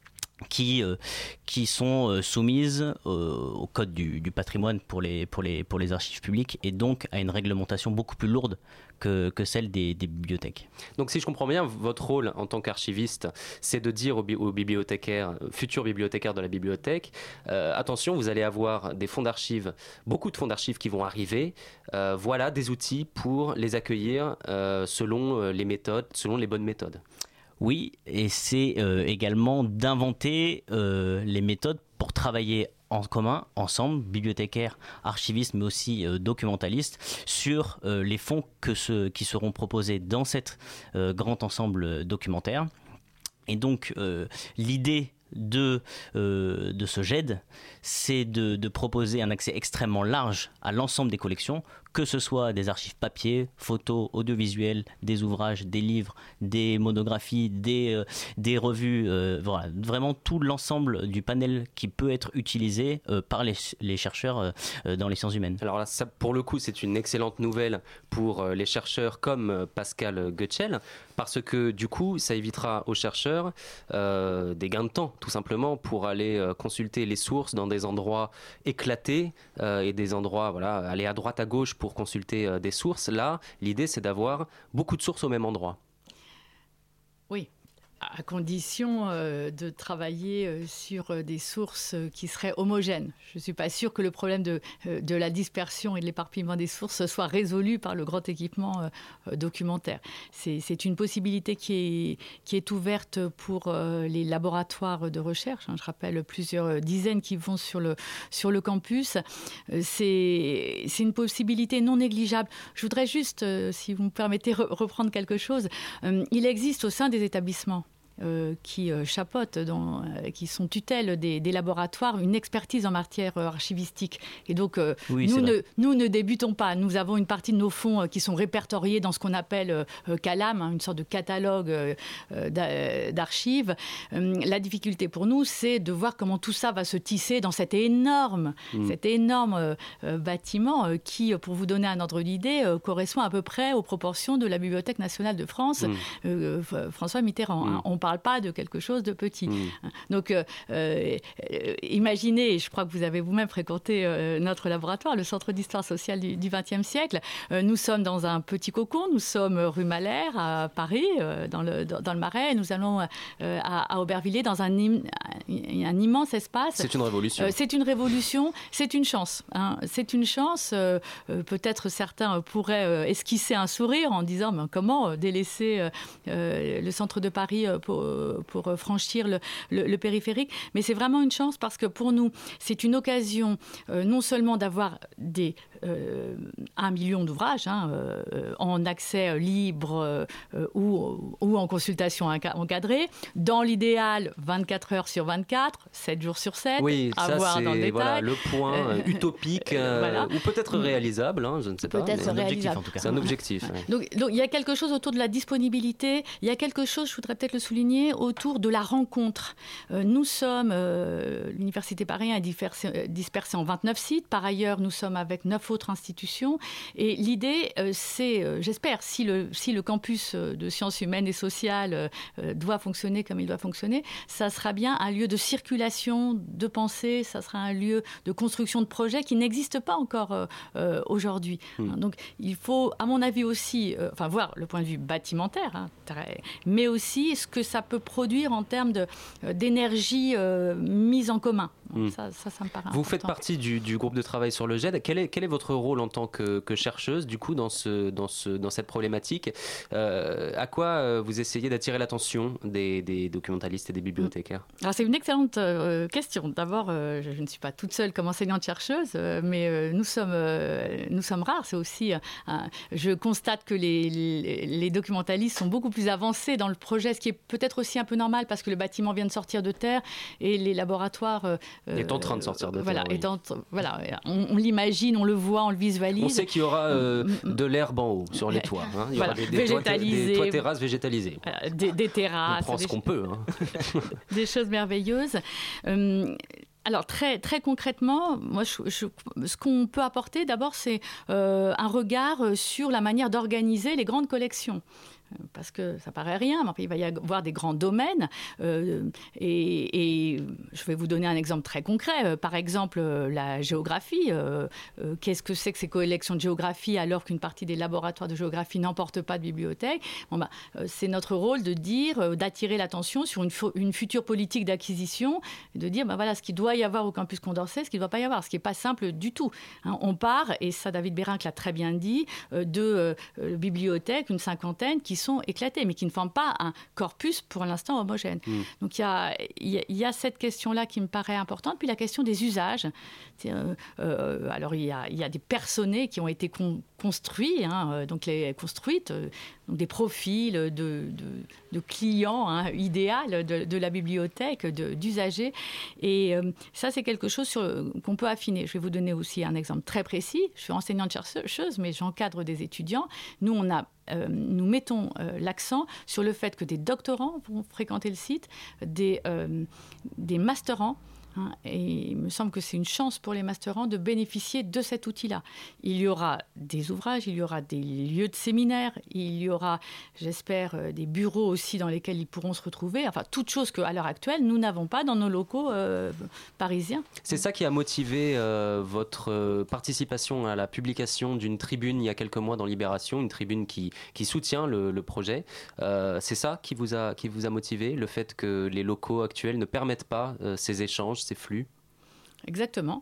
Qui, euh, qui sont euh, soumises euh, au code du, du patrimoine pour les, pour, les, pour les archives publiques et donc à une réglementation beaucoup plus lourde que, que celle des, des bibliothèques. Donc si je comprends bien, votre rôle en tant qu'archiviste, c'est de dire aux, bi- aux bibliothécaires, futurs bibliothécaires de la bibliothèque, euh, attention, vous allez avoir des fonds d'archives, beaucoup de fonds d'archives qui vont arriver, euh, voilà des outils pour les accueillir euh, selon euh, les méthodes, selon les bonnes méthodes. Oui, et c'est euh, également d'inventer euh, les méthodes pour travailler en commun, ensemble, bibliothécaires, archivistes, mais aussi euh, documentalistes, sur euh, les fonds que ce, qui seront proposés dans cet euh, grand ensemble documentaire. Et donc, euh, l'idée de, euh, de ce G E D, c'est de, de proposer un accès extrêmement large à l'ensemble des collections, que ce soit des archives papier, photos, audiovisuels, des ouvrages, des livres, des monographies, des, euh, des revues, euh, voilà, vraiment tout l'ensemble du panel qui peut être utilisé euh, par les, les chercheurs euh, dans les sciences humaines. Alors là, ça, pour le coup, c'est une excellente nouvelle pour euh, les chercheurs comme euh, Pascal Goetschel, parce que du coup, ça évitera aux chercheurs euh, des gains de temps, tout simplement, pour aller euh, consulter les sources dans des endroits éclatés euh, et des endroits, voilà, aller à droite, à gauche pour consulter euh, des sources. Là, l'idée, c'est d'avoir beaucoup de sources au même endroit. Oui, à condition euh, de travailler euh, sur euh, des sources euh, qui seraient homogènes. Je ne suis pas sûre que le problème de, euh, de la dispersion et de l'éparpillement des sources soit résolu par le grand équipement euh, documentaire. C'est, c'est une possibilité qui est, qui est ouverte pour euh, les laboratoires de recherche. Hein, je rappelle plusieurs dizaines qui vont sur le, sur le campus. Euh, c'est, c'est une possibilité non négligeable. Je voudrais juste, euh, si vous me permettez, re- reprendre quelque chose. Euh, il existe au sein des établissements Euh, qui euh, chapeautent, dans, euh, qui sont tutelles des, des laboratoires, une expertise en matière euh, archivistique. Et donc, euh, oui, nous, ne, nous ne débutons pas. Nous avons une partie de nos fonds euh, qui sont répertoriés dans ce qu'on appelle euh, CALAM, hein, une sorte de catalogue euh, d'a, d'archives. Euh, la difficulté pour nous, c'est de voir comment tout ça va se tisser dans cet énorme, mmh. cet énorme euh, bâtiment euh, qui, pour vous donner un ordre d'idée, euh, correspond à peu près aux proportions de la Bibliothèque nationale de France, mmh. euh, François Mitterrand. Mmh. Hein. On parle pas de quelque chose de petit. Mmh. Donc, euh, euh, imaginez, je crois que vous avez vous-même fréquenté euh, notre laboratoire, le Centre d'histoire sociale du vingtième siècle. Euh, nous sommes dans un petit cocon, nous sommes rue Malher à Paris, euh, dans, le, dans, dans le Marais, et nous allons euh, à, à Aubervilliers dans un, im, un, un immense espace. C'est une révolution. Euh, c'est une révolution, c'est une chance. Hein. C'est une chance. Euh, euh, peut-être certains pourraient euh, esquisser un sourire en disant mais comment délaisser euh, le centre de Paris pour pour franchir le, le, le périphérique. Mais c'est vraiment une chance parce que pour nous, c'est une occasion euh, non seulement d'avoir des, euh, un million d'ouvrages hein, euh, en accès libre euh, ou, ou en consultation encadrée, dans l'idéal vingt-quatre heures sur vingt-quatre, sept jours sur sept, oui, à ça, voir c'est, dans le détail. Voilà, le point euh, utopique euh, voilà. ou peut-être réalisable, hein, je ne sais pas. Peut-être mais réalisable. Un objectif, en tout cas. C'est un objectif. Ouais. Donc, donc il y a quelque chose autour de la disponibilité, il y a quelque chose, je voudrais peut-être le souligner, autour de la rencontre. Euh, nous sommes, euh, l'Université Paris est dispersée, dispersée en vingt-neuf sites. Par ailleurs, nous sommes avec neuf autres institutions. Et l'idée, euh, c'est, euh, j'espère, si le, si le campus de sciences humaines et sociales euh, doit fonctionner comme il doit fonctionner, ça sera bien un lieu lieu de circulation, de pensée, ça sera un lieu de construction de projets qui n'existe pas encore euh, euh, aujourd'hui. Mmh. Donc il faut, à mon avis aussi, euh, enfin voir le point de vue bâtimentaire, hein, très, mais aussi ce que ça peut produire en termes de, euh, d'énergie euh, mise en commun. Mmh. Ça, ça, ça me paraît Vous important. faites partie du, du groupe de travail sur le G E D. Quel est, quel est votre rôle en tant que, que chercheuse, du coup, dans, ce, dans, ce, dans cette problématique euh, À quoi euh, vous essayez d'attirer l'attention des, des documentalistes et des bibliothécaires ? Alors, c'est une excellente euh, question. D'abord, euh, je, je ne suis pas toute seule comme enseignante-chercheuse, euh, mais euh, nous, sommes, euh, nous sommes rares. C'est aussi, euh, un, je constate que les, les, les documentalistes sont beaucoup plus avancés dans le projet, ce qui est peut-être aussi un peu normal parce que le bâtiment vient de sortir de terre et les laboratoires... Euh, est en train de sortir de terre. Voilà, oui. en, voilà on, on l'imagine, on le voit, on le visualise. On sait qu'il y aura euh, de l'herbe en haut sur les toits. Hein. Il y voilà, aura des, des, toits, des toits terrasses végétalisés. Voilà, des, des terrasses. On prend ce qu'on peut. Hein. Des choses merveilleuses. Euh, Alors très, très concrètement, moi, je, je, ce qu'on peut apporter d'abord, c'est euh, un regard sur la manière d'organiser les grandes collections. Parce que ça paraît rien, mais il va y avoir des grands domaines. Euh, et, et je vais vous donner un exemple très concret. Euh, par exemple, euh, la géographie. Euh, euh, qu'est-ce que c'est que ces collections de géographie alors qu'une partie des laboratoires de géographie n'emportent pas de bibliothèque ? Bon, bah, euh, c'est notre rôle de dire, euh, d'attirer l'attention sur une, une future politique d'acquisition, et de dire, bah, voilà, ce qu'il doit y avoir au campus Condorcet, ce qu'il ne doit pas y avoir, ce qui n'est pas simple du tout. Hein, on part, et ça, David Bérinck l'a très bien dit, euh, de euh, bibliothèques, une cinquantaine, qui sont éclatés, mais qui ne forment pas un corpus pour l'instant homogène. Mmh. Donc il y a, y, a, y a cette question-là qui me paraît importante, puis la question des usages. Euh, euh, alors il y a, y a des personnés qui ont été con, construits, hein, donc les construites, euh, donc des profils de, de, de clients hein, idéal de, de la bibliothèque, de, d'usagers. Et euh, ça, c'est quelque chose sur, qu'on peut affiner. Je vais vous donner aussi un exemple très précis. Je suis enseignante-chercheuse, mais j'encadre des étudiants. Nous, on a Euh, nous mettons euh, l'accent sur le fait que des doctorants vont fréquenter le site, des, euh, des masterants, hein, et il me semble que c'est une chance pour les masterants de bénéficier de cet outil-là. Il y aura des ouvrages, il y aura des lieux de séminaires, il y aura, j'espère, euh, des bureaux aussi dans lesquels ils pourront se retrouver, enfin, toutes choses qu'à l'heure actuelle, nous n'avons pas dans nos locaux euh, parisiens. C'est ça qui a motivé euh, votre euh, participation à la publication d'une tribune il y a quelques mois dans Libération, une tribune qui, qui soutient le, le projet. Euh, c'est ça qui vous a, qui vous a motivé, le fait que les locaux actuels ne permettent pas euh, ces échanges, ces flux ? Exactement.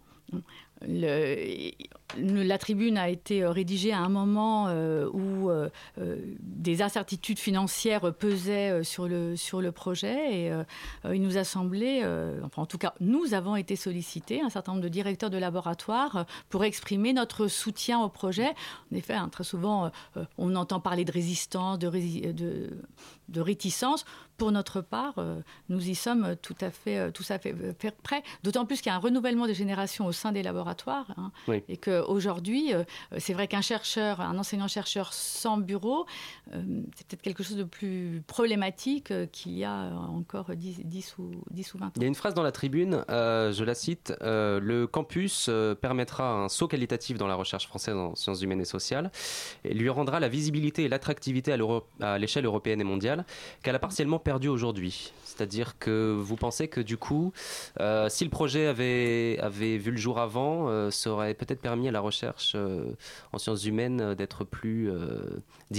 Le, le, la tribune a été rédigée à un moment euh, où euh, euh, des incertitudes financières pesaient euh, sur, le, sur le projet et euh, il nous a semblé, euh, enfin en tout cas nous avons été sollicités, un certain nombre de directeurs de laboratoire euh, pour exprimer notre soutien au projet. En effet, hein, très souvent euh, on entend parler de résistance, de, de, de réticence. Pour notre part, euh, nous y sommes tout à fait, tout à fait prêts, d'autant plus qu'il y a un renouvellement des générations au sein des laboratoires hein, oui. Et qu'aujourd'hui, euh, c'est vrai qu'un chercheur, un enseignant-chercheur sans bureau, euh, c'est peut-être quelque chose de plus problématique euh, qu'il y a encore dix, dix, ou, dix ou vingt ans. Il y a une phrase dans la tribune, euh, je la cite, euh, « Le campus euh, permettra un saut qualitatif dans la recherche française en sciences humaines et sociales et lui rendra la visibilité et l'attractivité à, à l'échelle européenne et mondiale qu'elle a partiellement perdu aujourd'hui. » C'est-à-dire que vous pensez que du coup, euh, si le projet avait, avait vu le jour avant, euh, ça aurait peut-être permis à la recherche euh, en sciences humaines d'être plus euh, dynamique ?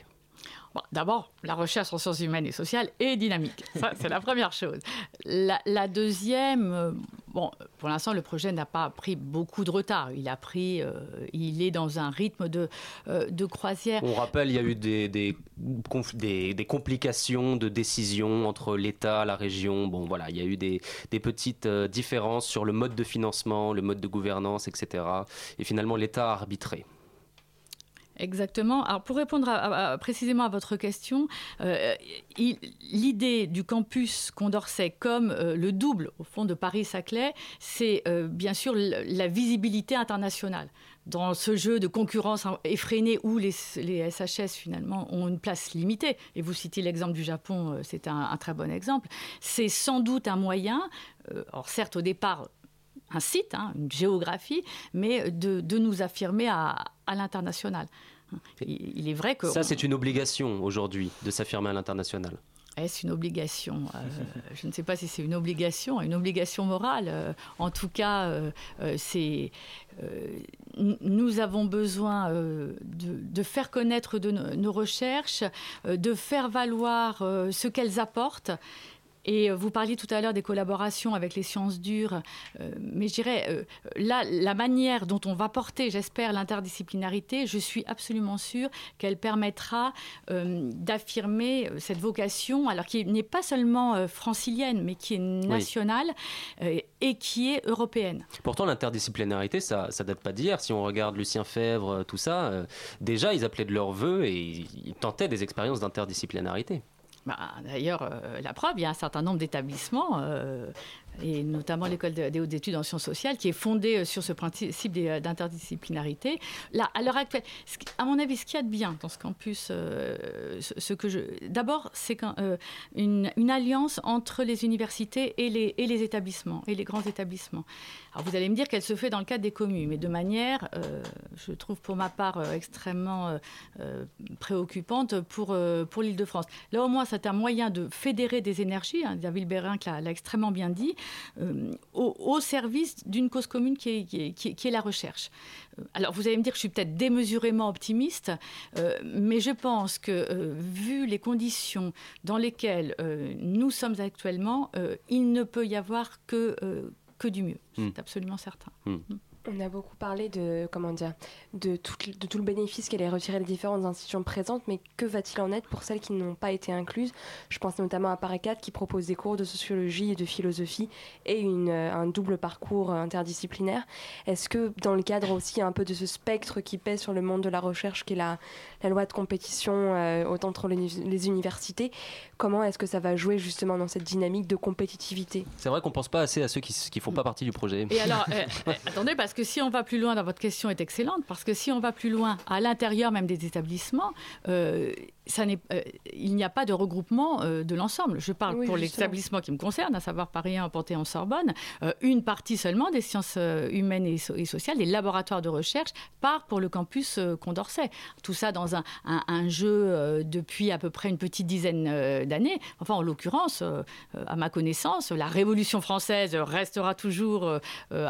Bon, d'abord, la recherche en sciences humaines et sociales est dynamique. Ça, c'est la première chose. La, la deuxième, euh, bon, pour l'instant, le projet n'a pas pris beaucoup de retard. Il a pris, euh, il est dans un rythme de, euh, de croisière. On rappelle, il y a eu des, des, des, des complications de décision entre l'État, la région. Bon, voilà, il y a eu des, des petites euh, différences sur le mode de financement, le mode de gouvernance, et cetera. Et finalement, l'État a arbitré. Exactement. Alors pour répondre à, à, à, précisément à votre question, euh, il, l'idée du campus Condorcet comme euh, le double au fond de Paris-Saclay, c'est euh, bien sûr la, la visibilité internationale. Dans ce jeu de concurrence effrénée où les, les S H S finalement ont une place limitée, et vous citez l'exemple du Japon, c'est un, un très bon exemple, c'est sans doute un moyen, euh, alors certes au départ, un site, hein, une géographie, mais de, de nous affirmer à, à l'international. Il, il est vrai que... Ça, on... c'est une obligation aujourd'hui, de s'affirmer à l'international. Est-ce une obligation euh, Je ne sais pas si c'est une obligation, une obligation morale. Euh, en tout cas, euh, euh, c'est, euh, n- nous avons besoin euh, de, de faire connaître de no- nos recherches, euh, de faire valoir euh, ce qu'elles apportent. Et vous parliez tout à l'heure des collaborations avec les sciences dures, euh, mais je dirais, euh, là, la manière dont on va porter, j'espère, l'interdisciplinarité, je suis absolument sûre qu'elle permettra euh, d'affirmer cette vocation, alors qui n'est pas seulement euh, francilienne, mais qui est nationale oui. euh, et qui est européenne. Pourtant, l'interdisciplinarité, ça ne date pas d'hier. Si on regarde Lucien Febvre, tout ça, euh, déjà, ils appelaient de leur vœu et ils, ils tentaient des expériences d'interdisciplinarité. Bah, d'ailleurs, euh, la preuve, il y a un certain nombre d'établissements, euh, et notamment l'école de, des hautes études en sciences sociales, qui est fondée sur ce principe d'interdisciplinarité. Là, à l'heure actuelle, ce, à mon avis, ce qu'il y a de bien dans ce campus, euh, ce, ce que je... D'abord, c'est qu'une euh, une alliance entre les universités et les, et les établissements, et les grands établissements. Alors, vous allez me dire qu'elle se fait dans le cadre des communes, mais de manière, euh, je trouve pour ma part, euh, extrêmement euh, préoccupante pour, euh, pour l'Île-de-France. Là, au moins, c'est un moyen de fédérer des énergies, hein, David Berenck l'a, l'a extrêmement bien dit, euh, au, au service d'une cause commune qui est, qui est, qui est, qui est la recherche. Euh, alors, vous allez me dire que je suis peut-être démesurément optimiste, euh, mais je pense que, euh, vu les conditions dans lesquelles euh, nous sommes actuellement, euh, il ne peut y avoir que... Euh, que du mieux, mmh. c'est absolument certain. Mmh. On a beaucoup parlé de, comment dire, de, tout, de tout le bénéfice qu'elle ait retiré des différentes institutions présentes, mais que va-t-il en être pour celles qui n'ont pas été incluses ? Je pense notamment à Paris quatre qui propose des cours de sociologie et de philosophie et une, un double parcours interdisciplinaire. Est-ce que dans le cadre aussi un peu de ce spectre qui pèse sur le monde de la recherche, qui est la, la loi de compétition euh, autant entre les, les universités, comment est-ce que ça va jouer justement dans cette dynamique de compétitivité ? C'est vrai qu'on ne pense pas assez à ceux qui ne font pas partie du projet. Et alors, euh, euh, attendez, parce Parce que si on va plus loin, dans votre question est excellente, parce que si on va plus loin à l'intérieur même des établissements, euh, ça n'est, euh, il n'y a pas de regroupement euh, de l'ensemble. Je parle oui, pour justement. l'établissement qui me concerne, à savoir Paris un, Panthéon-Sorbonne, euh, une partie seulement des sciences euh, humaines et, so- et sociales, les laboratoires de recherche, part pour le campus euh, Condorcet. Tout ça dans un, un, un jeu euh, depuis à peu près une petite dizaine euh, d'années. Enfin, en l'occurrence, euh, à ma connaissance, la Révolution française restera toujours euh,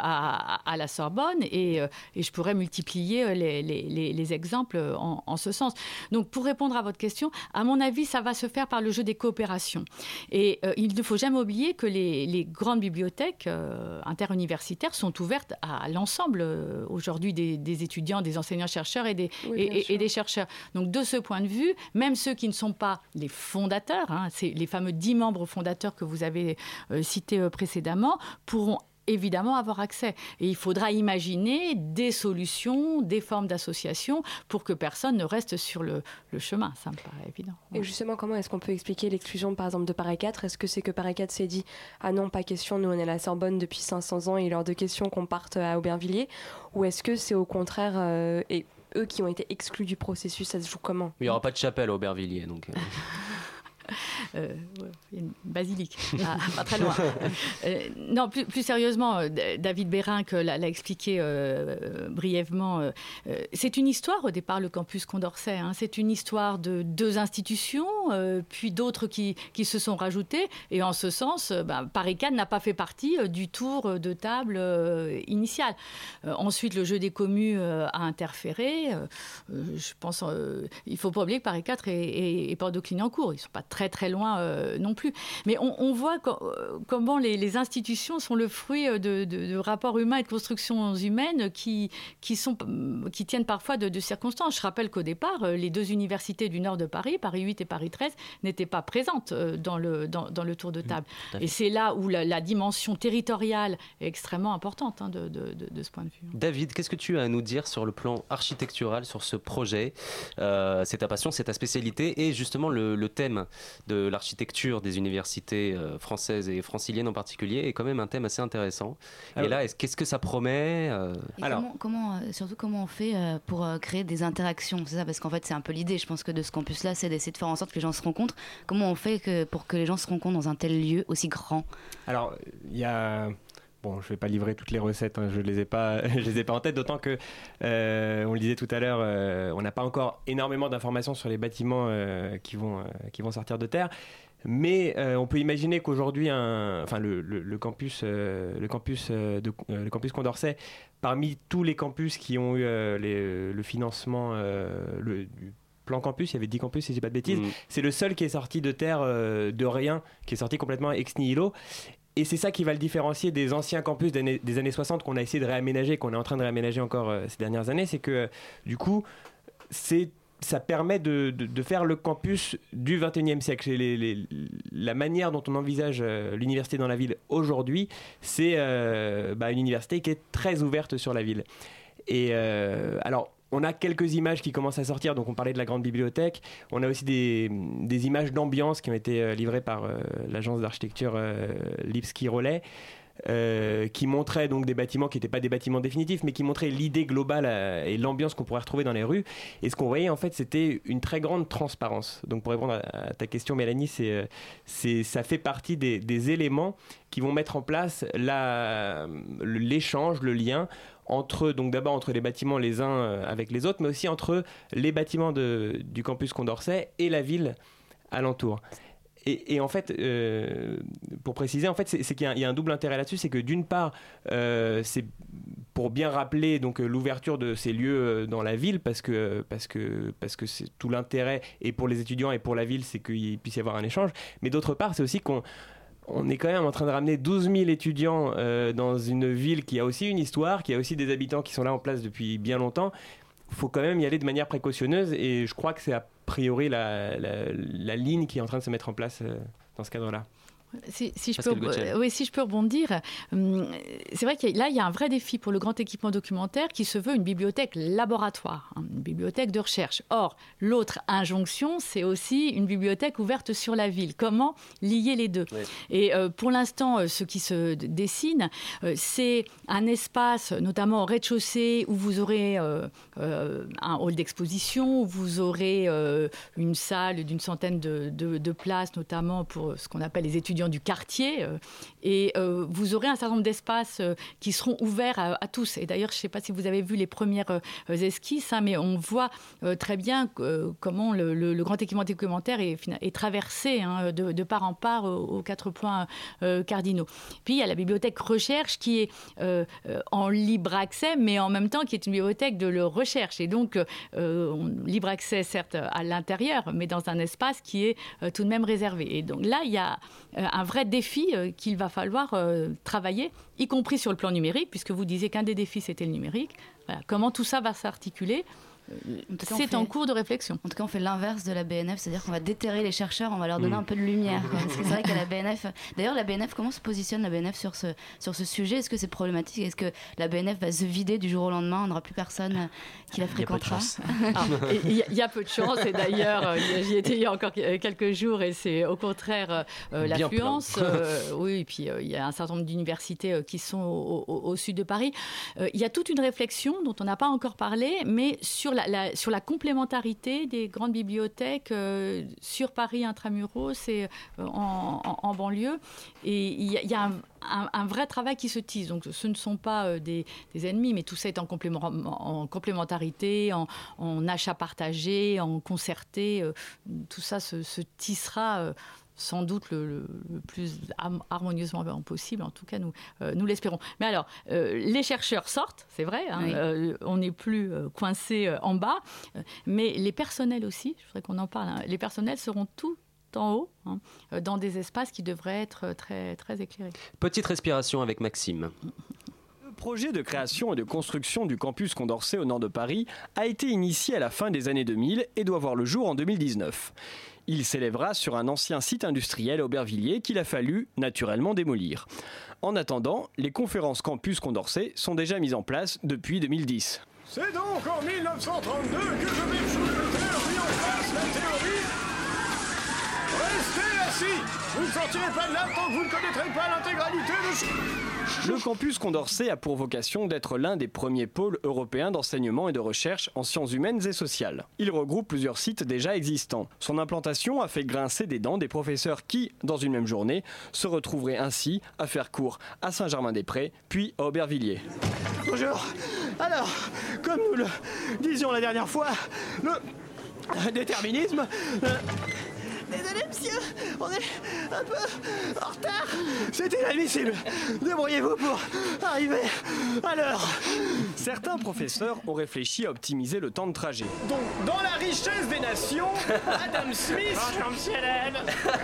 à, à la Sorbonne. Et, euh, et je pourrais multiplier les, les, les, les exemples en, en ce sens. Donc, pour répondre à votre question, à mon avis, ça va se faire par le jeu des coopérations. Et euh, il ne faut jamais oublier que les, les grandes bibliothèques euh, interuniversitaires sont ouvertes à l'ensemble euh, aujourd'hui des, des étudiants, des enseignants-chercheurs et des, oui, et, et, et des chercheurs. Donc, de ce point de vue, même ceux qui ne sont pas les fondateurs, hein, c'est les fameux dix membres fondateurs que vous avez euh, cités euh, précédemment, pourront évidemment avoir accès. Et il faudra imaginer des solutions, des formes d'association pour que personne ne reste sur le, le chemin. Ça me paraît évident. Et ouais. justement, comment est-ce qu'on peut expliquer l'exclusion, par exemple, de Paris quatre ? Est-ce que c'est que Paris quatre s'est dit « Ah non, pas question, nous on est à la Sorbonne depuis cinq cents ans et il est hors de question qu'on parte à Aubervilliers » ou est-ce que c'est au contraire... Euh, et eux qui ont été exclus du processus, ça se joue comment ? Il n'y aura pas de chapelle à Aubervilliers, donc... Euh... Euh, ouais, il y a une basilique, ah, pas très loin. Euh, non, plus, plus sérieusement, euh, David Berenck l'a, l'a expliqué euh, brièvement. Euh, c'est une histoire au départ, le campus Condorcet. Hein, c'est une histoire de deux institutions, euh, puis d'autres qui, qui se sont rajoutées. Et en ce sens, euh, ben, Paris quatre n'a pas fait partie euh, du tour de table euh, initial. Euh, ensuite, le jeu des communes euh, a interféré. Euh, je pense, euh, il ne faut pas oublier que Paris quatre est, est, est Porte de Clignancourt. Ils ne sont pas très très loin euh, non plus. Mais on, on voit co- comment les, les institutions sont le fruit de, de, de rapports humains et de constructions humaines qui, qui, sont, qui tiennent parfois de, de circonstances. Je rappelle qu'au départ, les deux universités du nord de Paris, Paris huit et Paris treize, n'étaient pas présentes dans le, dans, dans le tour de table. Mmh, et c'est là où la, la dimension territoriale est extrêmement importante hein, de, de, de, de ce point de vue. David, qu'est-ce que tu as à nous dire sur le plan architectural, sur ce projet ? euh, C'est ta passion, c'est ta spécialité, et justement le, le thème de l'architecture des universités euh, françaises et franciliennes en particulier est quand même un thème assez intéressant. Alors, et là, est-ce, qu'est-ce que ça promet euh... Alors, comment, comment, euh, surtout comment on fait euh, pour euh, créer des interactions, c'est ça, parce qu'en fait c'est un peu l'idée, je pense que de ce campus-là, c'est d'essayer de faire en sorte que les gens se rencontrent. Comment on fait que, pour que les gens se rencontrent dans un tel lieu aussi grand ? Alors, il y a... Bon, je ne vais pas livrer toutes les recettes, hein, je ne les ai pas, je les ai pas en tête, d'autant que, euh, on le disait tout à l'heure, euh, on n'a pas encore énormément d'informations sur les bâtiments euh, qui, vont, euh, qui vont sortir de terre. Mais euh, on peut imaginer qu'aujourd'hui, un, enfin, le, le, le campus, euh, le, campus euh, de, euh, le campus Condorcet, parmi tous les campus qui ont eu euh, les, le financement euh, le, du plan campus, il y avait dix campus si je dis pas de bêtises, mmh. c'est le seul qui est sorti de terre, euh, de rien, qui est sorti complètement ex nihilo. Et c'est ça qui va le différencier des anciens campus des années, des années soixante qu'on a essayé de réaménager, qu'on est en train de réaménager encore euh, ces dernières années. C'est que euh, du coup, c'est ça permet de, de, de faire le campus du vingt et unième siècle. Les, les, la manière dont on envisage euh, l'université dans la ville aujourd'hui, c'est euh, bah, une université qui est très ouverte sur la ville. Et euh, alors, on a quelques images qui commencent à sortir, donc on parlait de la grande bibliothèque. On a aussi des, des images d'ambiance qui ont été euh, livrées par euh, l'agence d'architecture euh, Lipski Rollet. Euh, qui montrait donc des bâtiments qui n'étaient pas des bâtiments définitifs, mais qui montraient l'idée globale euh, et l'ambiance qu'on pourrait retrouver dans les rues. Et ce qu'on voyait, en fait, c'était une très grande transparence. Donc, pour répondre à, à ta question, Mélanie, c'est, c'est, ça fait partie des, des éléments qui vont mettre en place la, l'échange, le lien entre, donc d'abord entre les bâtiments les uns avec les autres, mais aussi entre les bâtiments de, du campus Condorcet et la ville alentour. Et, et en fait, euh, pour préciser, en fait, c'est, c'est qu'il y a, un, il y a un double intérêt là-dessus, c'est que d'une part, euh, c'est pour bien rappeler donc l'ouverture de ces lieux dans la ville, parce que parce que parce que c'est tout l'intérêt, et pour les étudiants et pour la ville, c'est qu'il puisse y avoir un échange. Mais d'autre part, c'est aussi qu'on on est quand même en train de ramener douze mille étudiants euh, dans une ville qui a aussi une histoire, qui a aussi des habitants qui sont là en place depuis bien longtemps. Il faut quand même y aller de manière précautionneuse, et je crois que c'est a priori la, la, la ligne qui est en train de se mettre en place euh, dans ce cadre-là. Si, si, je peux, euh, oui, si je peux rebondir, hum, c'est vrai que là, il y a un vrai défi pour le grand équipement documentaire qui se veut une bibliothèque laboratoire, hein, une bibliothèque de recherche. Or, l'autre injonction, c'est aussi une bibliothèque ouverte sur la ville. Comment lier les deux ? Oui. Et euh, pour l'instant, euh, ce qui se dessine, euh, c'est un espace, notamment au rez-de-chaussée, où vous aurez euh, euh, un hall d'exposition, où vous aurez euh, une salle d'une centaine de, de, de places, notamment pour ce qu'on appelle les étudiants du quartier, euh, et euh, vous aurez un certain nombre d'espaces euh, qui seront ouverts à, à tous. Et d'ailleurs, je ne sais pas si vous avez vu les premières euh, esquisses, hein, mais on voit euh, très bien euh, comment le, le, le grand équipement documentaire est, est traversé hein, de, de part en part aux, aux quatre points euh, cardinaux. Puis il y a la bibliothèque recherche qui est euh, en libre accès, mais en même temps qui est une bibliothèque de leur recherche. Et donc, euh, on, libre accès certes à l'intérieur, mais dans un espace qui est euh, tout de même réservé. Et donc là, il y a euh, un vrai défi euh, qu'il va falloir euh, travailler, y compris sur le plan numérique, puisque vous disiez qu'un des défis, c'était le numérique. Voilà. Comment tout ça va s'articuler ? En c'est fait, en cours de réflexion. En tout cas, on fait l'inverse de la B N F, c'est-à-dire qu'on va déterrer les chercheurs, on va leur donner mmh. un peu de lumière. Quoi. Parce que c'est vrai qu'à la B N F... D'ailleurs, la B N F, comment se positionne la B N F sur ce, sur ce sujet ? Est-ce que c'est problématique ? Est-ce que la B N F va se vider du jour au lendemain ? On n'aura plus personne qui la fréquentera ? Il y, y, y a peu de chance. Et d'ailleurs, j'y étais il y a encore quelques jours et c'est au contraire euh, l'affluence. Euh, oui, et puis il euh, y a un certain nombre d'universités euh, qui sont au, au, au sud de Paris. Il euh, y a toute une réflexion dont on n'a pas encore parlé, mais sur la, la sur la complémentarité des grandes bibliothèques euh, sur Paris intramuros et euh, en, en, en banlieue. Et il y, y a un, un, un vrai travail qui se tisse. Donc ce ne sont pas euh, des, des ennemis, mais tout ça est en, complément, en complémentarité, en, en achat partagé, en concerté. Euh, tout ça se, se tissera euh, sans doute le, le, le plus harmonieusement possible, en tout cas nous, euh, nous l'espérons. Mais alors, euh, les chercheurs sortent, c'est vrai, hein, oui. euh, on n'est plus euh, coincé euh, en bas, euh, mais les personnels aussi, je voudrais qu'on en parle, hein, les personnels seront tout en haut, hein, dans des espaces qui devraient être très, très éclairés. Petite respiration avec Maxime. Le projet de création et de construction du campus Condorcet au nord de Paris a été initié à la fin des années deux mille et doit voir le jour en deux mille dix-neuf. Il s'élèvera sur un ancien site industriel à Aubervilliers qu'il a fallu naturellement démolir. En attendant, les conférences campus Condorcet sont déjà mises en place depuis deux mille dix. C'est donc en mille neuf cent trente-deux que je vais soumettre mis en place la théorie. Restez assis, vous ne sortirez pas de là tant que vous ne connaîtrez pas l'intégralité de ce... Le campus Condorcet a pour vocation d'être l'un des premiers pôles européens d'enseignement et de recherche en sciences humaines et sociales. Il regroupe plusieurs sites déjà existants. Son implantation a fait grincer des dents des professeurs qui, dans une même journée, se retrouveraient ainsi à faire cours à Saint-Germain-des-Prés, puis à Aubervilliers. Bonjour. Alors, comme nous le disions la dernière fois, le déterminisme... Euh... Désolé, monsieur, on est un peu en retard. C'est inadmissible. Débrouillez-vous pour arriver à l'heure. Certains professeurs ont réfléchi à optimiser le temps de trajet. Donc, dans la richesse des nations, Adam Smith... Bonjour, monsieur Hélène.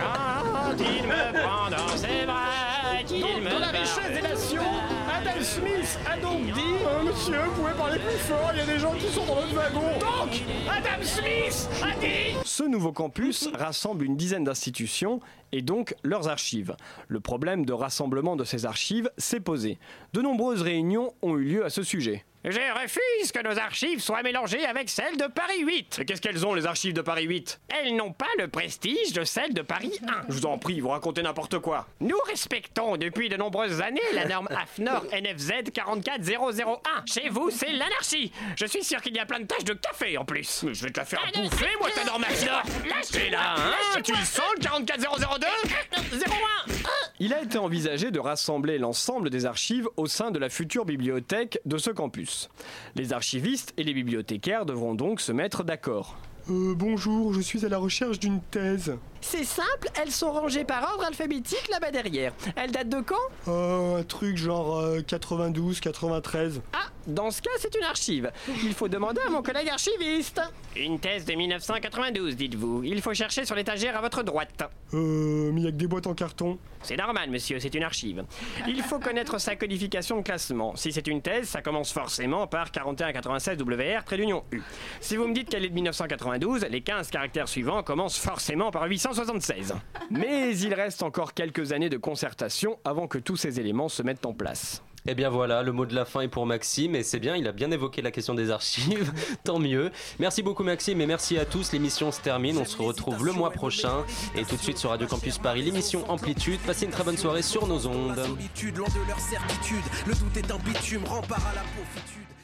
Quand il me prend dans ses bras, qu'il Donc, me dans la richesse des nations, Adam Smith a donc dit... Euh, monsieur, vous pouvez parler plus fort, il y a des gens qui sont dans notre wagon. Donc, Adam Smith a dit... Ce nouveau campus rassemble une dizaine d'institutions et donc leurs archives. Le problème de rassemblement de ces archives s'est posé. De nombreuses réunions ont eu lieu à ce sujet. Je refuse que nos archives soient mélangées avec celles de Paris huit. Mais qu'est-ce qu'elles ont, les archives de Paris huit? Elles n'ont pas le prestige de celles de Paris un. Je vous en prie, vous racontez n'importe quoi. Nous respectons depuis de nombreuses années la norme A F N O R N F Z quatre-quatre zéro zéro un. Chez vous, c'est l'anarchie. Je suis sûr qu'il y a plein de taches de café en plus. Mais je vais te la faire Ah, bouffer, moi, ta norme A F N O R. T'es là, hein? Tu le sens, le quarante-quatre zéro zéro deux zéro un. Il a été envisagé de rassembler l'ensemble des archives au sein de la future bibliothèque de ce campus. Les archivistes et les bibliothécaires devront donc se mettre d'accord. Euh, bonjour, je suis à la recherche d'une thèse. C'est simple, elles sont rangées par ordre alphabétique là-bas derrière. Elles datent de quand? Euh, un truc genre euh, quatre-vingt-douze, quatre-vingt-treize. Ah, dans ce cas, c'est une archive. Il faut demander à mon collègue archiviste. Une thèse de mille neuf cent quatre-vingt-douze, dites-vous. Il faut chercher sur l'étagère à votre droite. Euh, mais il y a que des boîtes en carton. C'est normal, monsieur, c'est une archive. Il faut connaître sa codification de classement. Si c'est une thèse, ça commence forcément par quarante et un quatre-vingt-seize W R, trait d'union U. Si vous me dites qu'elle est de mille neuf cent quatre-vingt-douze, les quinze caractères suivants commencent forcément par huit cent soixante-seize. Mais il reste encore quelques années de concertation avant que tous ces éléments se mettent en place. Eh bien voilà, le mot de la fin est pour Maxime et c'est bien, il a bien évoqué la question des archives, tant mieux. Merci beaucoup Maxime et merci à tous, l'émission se termine, on se retrouve le mois prochain et tout de suite sur Radio Campus Paris, l'émission Amplitude. Passez une très bonne soirée sur nos ondes. Loin de leur certitude, le doute est un bitume, rempart à la profitude.